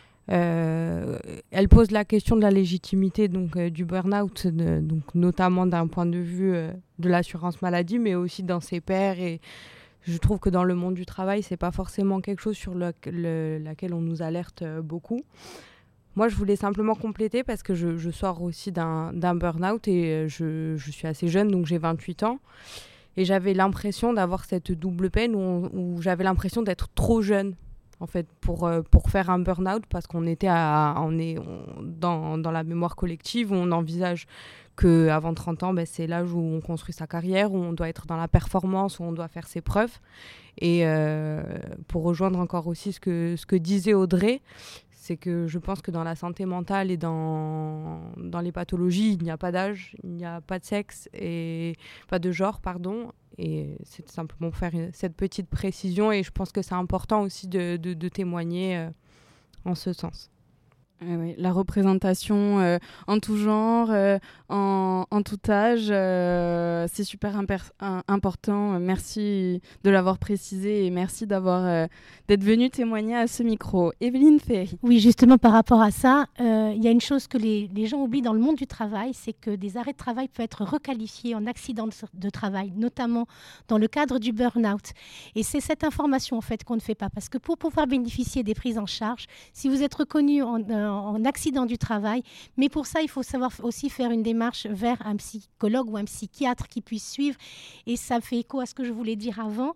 S14: Elle pose la question de la légitimité du burn-out, donc notamment d'un point de vue de l'assurance maladie, mais aussi dans ses pairs. Et je trouve que dans le monde du travail, c'est pas forcément quelque chose sur laquelle on nous alerte beaucoup. Moi, je voulais simplement compléter parce que je sors aussi d'un burn-out et je suis assez jeune, donc j'ai 28 ans. Et j'avais l'impression d'avoir cette double peine où j'avais l'impression d'être trop jeune, en fait, pour faire un burn-out, parce qu'on était dans la mémoire collective où on envisage qu'avant 30 ans, c'est l'âge où on construit sa carrière, où on doit être dans la performance, où on doit faire ses preuves. Et pour rejoindre encore aussi ce que disait Audrey, c'est que je pense que dans la santé mentale et dans les pathologies, il n'y a pas d'âge, il n'y a pas de sexe et pas de genre, pardon. Et c'est simplement faire cette petite précision, et je pense que c'est important aussi de témoigner en ce sens.
S1: Oui, la représentation en tout genre, en tout âge, c'est super important. Merci de l'avoir précisé et merci d'être venue témoigner à ce micro. Evelyne Ferry.
S2: Oui, justement par rapport à ça, il y a une chose que les gens oublient dans le monde du travail, c'est que des arrêts de travail peuvent être requalifiés en accident de travail, notamment dans le cadre du burn-out. Et c'est cette information en fait qu'on ne fait pas, parce que pour pouvoir bénéficier des prises en charge, si vous êtes reconnu en accident du travail, mais pour ça, il faut savoir aussi faire une démarche vers un psychologue ou un psychiatre qui puisse suivre. Et ça fait écho à ce que je voulais dire avant.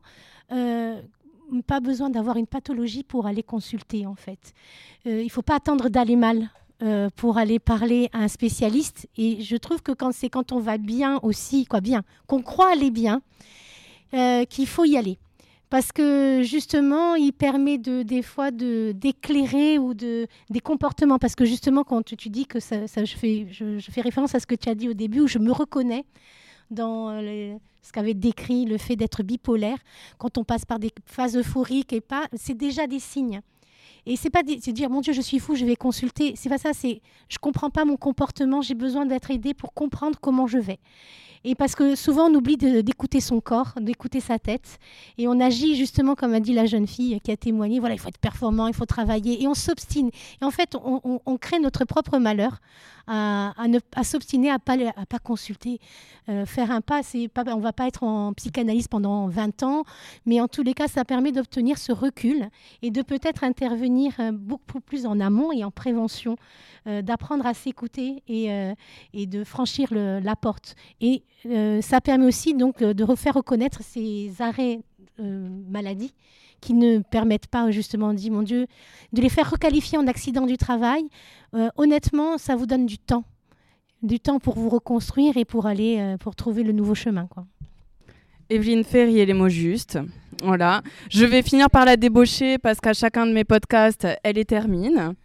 S2: Pas besoin d'avoir une pathologie pour aller consulter, en fait. Il ne faut pas attendre d'aller mal pour aller parler à un spécialiste. Et je trouve que quand on va bien aussi, qu'on croit aller bien, qu'il faut y aller. Parce que justement, il permet des fois d'éclairer ou des comportements. Parce que justement, quand tu dis que je fais référence à ce que tu as dit au début, où je me reconnais dans ce qu'avait décrit le fait d'être bipolaire. Quand on passe par des phases euphoriques c'est déjà des signes. Et c'est pas c'est dire, mon Dieu, je suis fou, je vais consulter. C'est pas ça, c'est je comprends pas mon comportement, j'ai besoin d'être aidée pour comprendre comment je vais. Et parce que souvent, on oublie d'écouter son corps, d'écouter sa tête. Et on agit justement, comme a dit la jeune fille qui a témoigné, voilà, il faut être performant, il faut travailler. Et on s'obstine. Et en fait, on crée notre propre malheur à s'obstiner, à pas consulter. Faire un pas, on ne va pas être en psychanalyse pendant 20 ans. Mais en tous les cas, ça permet d'obtenir ce recul et de peut-être intervenir beaucoup plus en amont et en prévention, d'apprendre à s'écouter et de franchir la porte. Et ça permet aussi donc de refaire reconnaître ces arrêts maladie qui ne permettent pas, justement, on dit, mon Dieu, de les faire requalifier en accident du travail. Honnêtement, ça vous donne du temps pour vous reconstruire et pour aller pour trouver le nouveau chemin, quoi.
S1: Evelyne Ferry et les mots justes. Voilà. Je vais finir par la débaucher parce qu'à chacun de mes podcasts, elle les termine.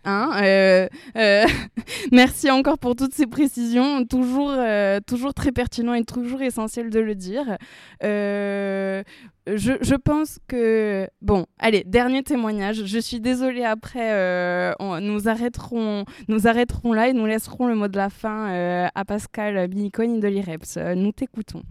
S1: Merci encore pour toutes ces précisions. Toujours très pertinent et toujours essentiel de le dire. Je pense que... Bon, allez, dernier témoignage. Je suis désolée, après, nous arrêterons là et nous laisserons le mot de la fin à Pascal Miniconi de l'IREPS. Nous t'écoutons.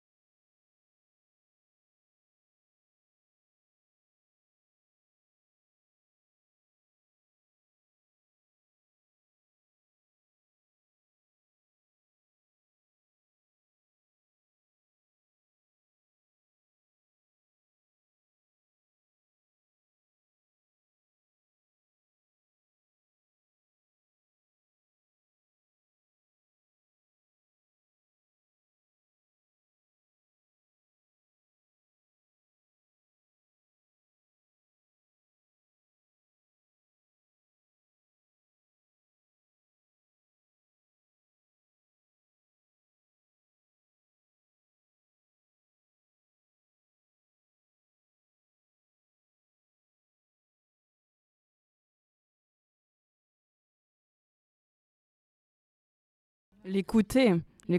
S1: L'écouter.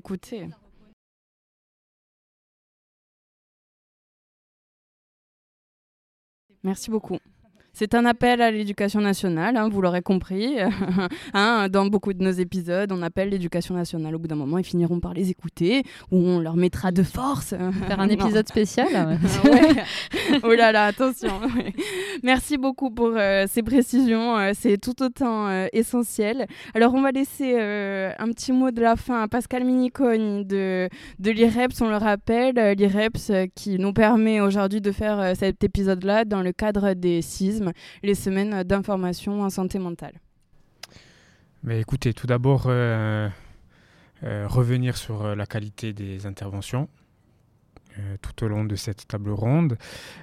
S1: Merci beaucoup. C'est un appel à l'éducation nationale, vous l'aurez compris. Dans beaucoup de nos épisodes, on appelle l'éducation nationale. Au bout d'un moment, ils finiront par les écouter, ou on leur mettra de force.
S8: Faire un épisode spécial.
S1: Oh là là, attention. Merci beaucoup pour ces précisions. C'est tout autant essentiel. Alors, on va laisser un petit mot de la fin à Pascal Miniconi de l'IREPS. On le rappelle, l'IREPS qui nous permet aujourd'hui de faire cet épisode-là dans le cadre des CISM, les semaines d'information en santé mentale.
S3: Mais écoutez, tout d'abord, revenir sur la qualité des interventions tout au long de cette table ronde.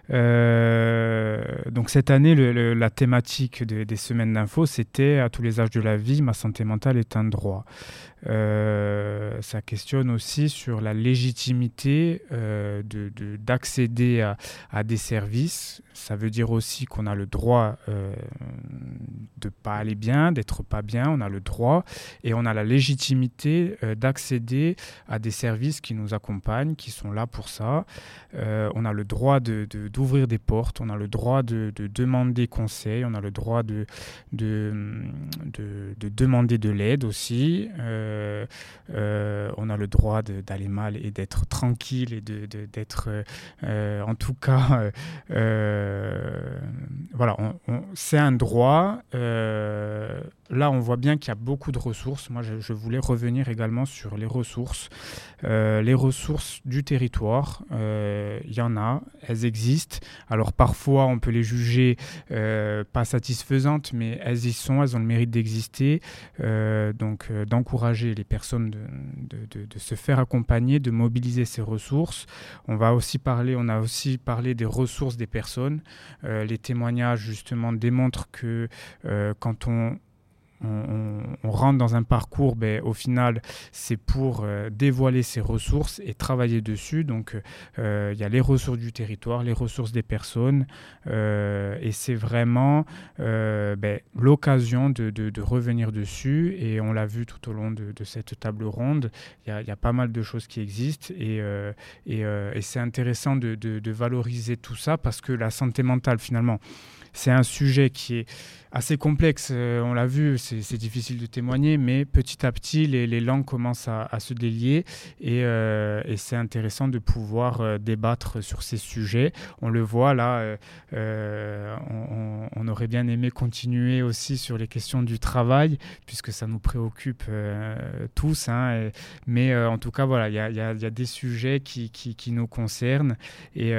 S3: Donc cette année, la thématique des semaines d'info, c'était « À tous les âges de la vie, ma santé mentale est un droit ». ça questionne aussi sur la légitimité d'accéder à des services. Ça veut dire aussi qu'on a le droit de pas aller bien, d'être pas bien, on a le droit et on a la légitimité d'accéder à des services qui nous accompagnent, qui sont là pour ça. On a le droit d'ouvrir des portes, on a le droit de demander conseil, on a le droit de demander de l'aide aussi. On a le droit d'aller mal et d'être tranquille et d'être en tout cas voilà, c'est un droit. Là, on voit bien qu'il y a beaucoup de ressources. Moi, je voulais revenir également sur les ressources. Les ressources du territoire, il y en a, elles existent. Alors parfois, on peut les juger pas satisfaisantes, mais elles y sont, elles ont le mérite d'exister. Donc, d'encourager les personnes de se faire accompagner, de mobiliser ces ressources. On a aussi parlé des ressources des personnes. Les témoignages, justement, démontrent que quand on rentre dans un parcours, au final, c'est pour dévoiler ses ressources et travailler dessus. Donc, il y a les ressources du territoire, les ressources des personnes. Et c'est vraiment l'occasion de revenir dessus. Et on l'a vu tout au long de cette table ronde. Il y a pas mal de choses qui existent. Et c'est intéressant de valoriser tout ça parce que la santé mentale, finalement, c'est un sujet qui est assez complexe, on l'a vu, c'est difficile de témoigner, mais petit à petit, les langues commencent à se délier et c'est intéressant de pouvoir débattre sur ces sujets. On le voit là, on aurait bien aimé continuer aussi sur les questions du travail, puisque ça nous préoccupe tous, mais en tout cas, voilà, il y a des sujets qui nous concernent et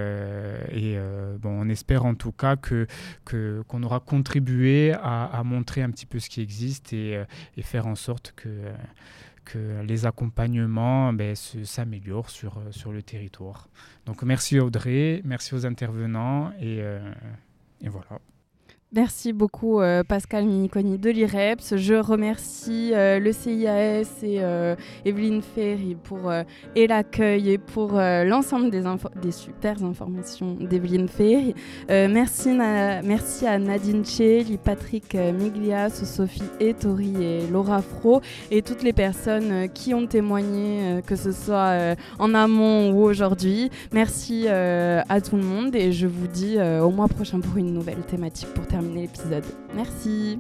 S3: on espère en tout cas qu'on aura contribué à montrer un petit peu ce qui existe et faire en sorte que les accompagnements s'améliorent sur le territoire. Donc merci Audrey, merci aux intervenants et voilà.
S1: Merci beaucoup Pascal Miniconi de l'IREPS. Je remercie le CIAS et Evelyne Ferry pour et l'accueil et pour l'ensemble des super informations d'Evelyne Ferry. Merci à Nadine Cheli, Patrick Miglias, Sophie Ettori et Laura Fro et toutes les personnes qui ont témoigné, que ce soit en amont ou aujourd'hui. Merci à tout le monde et je vous dis au mois prochain pour une nouvelle thématique pour terminer l'épisode. Merci.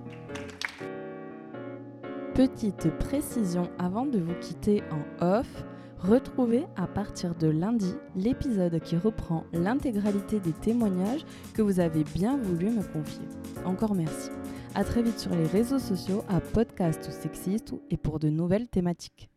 S1: Petite précision avant de vous quitter en off, retrouvez à partir de lundi l'épisode qui reprend l'intégralité des témoignages que vous avez bien voulu me confier. Encore merci. À très vite sur les réseaux sociaux à Podcast ou Sexiste et pour de nouvelles thématiques.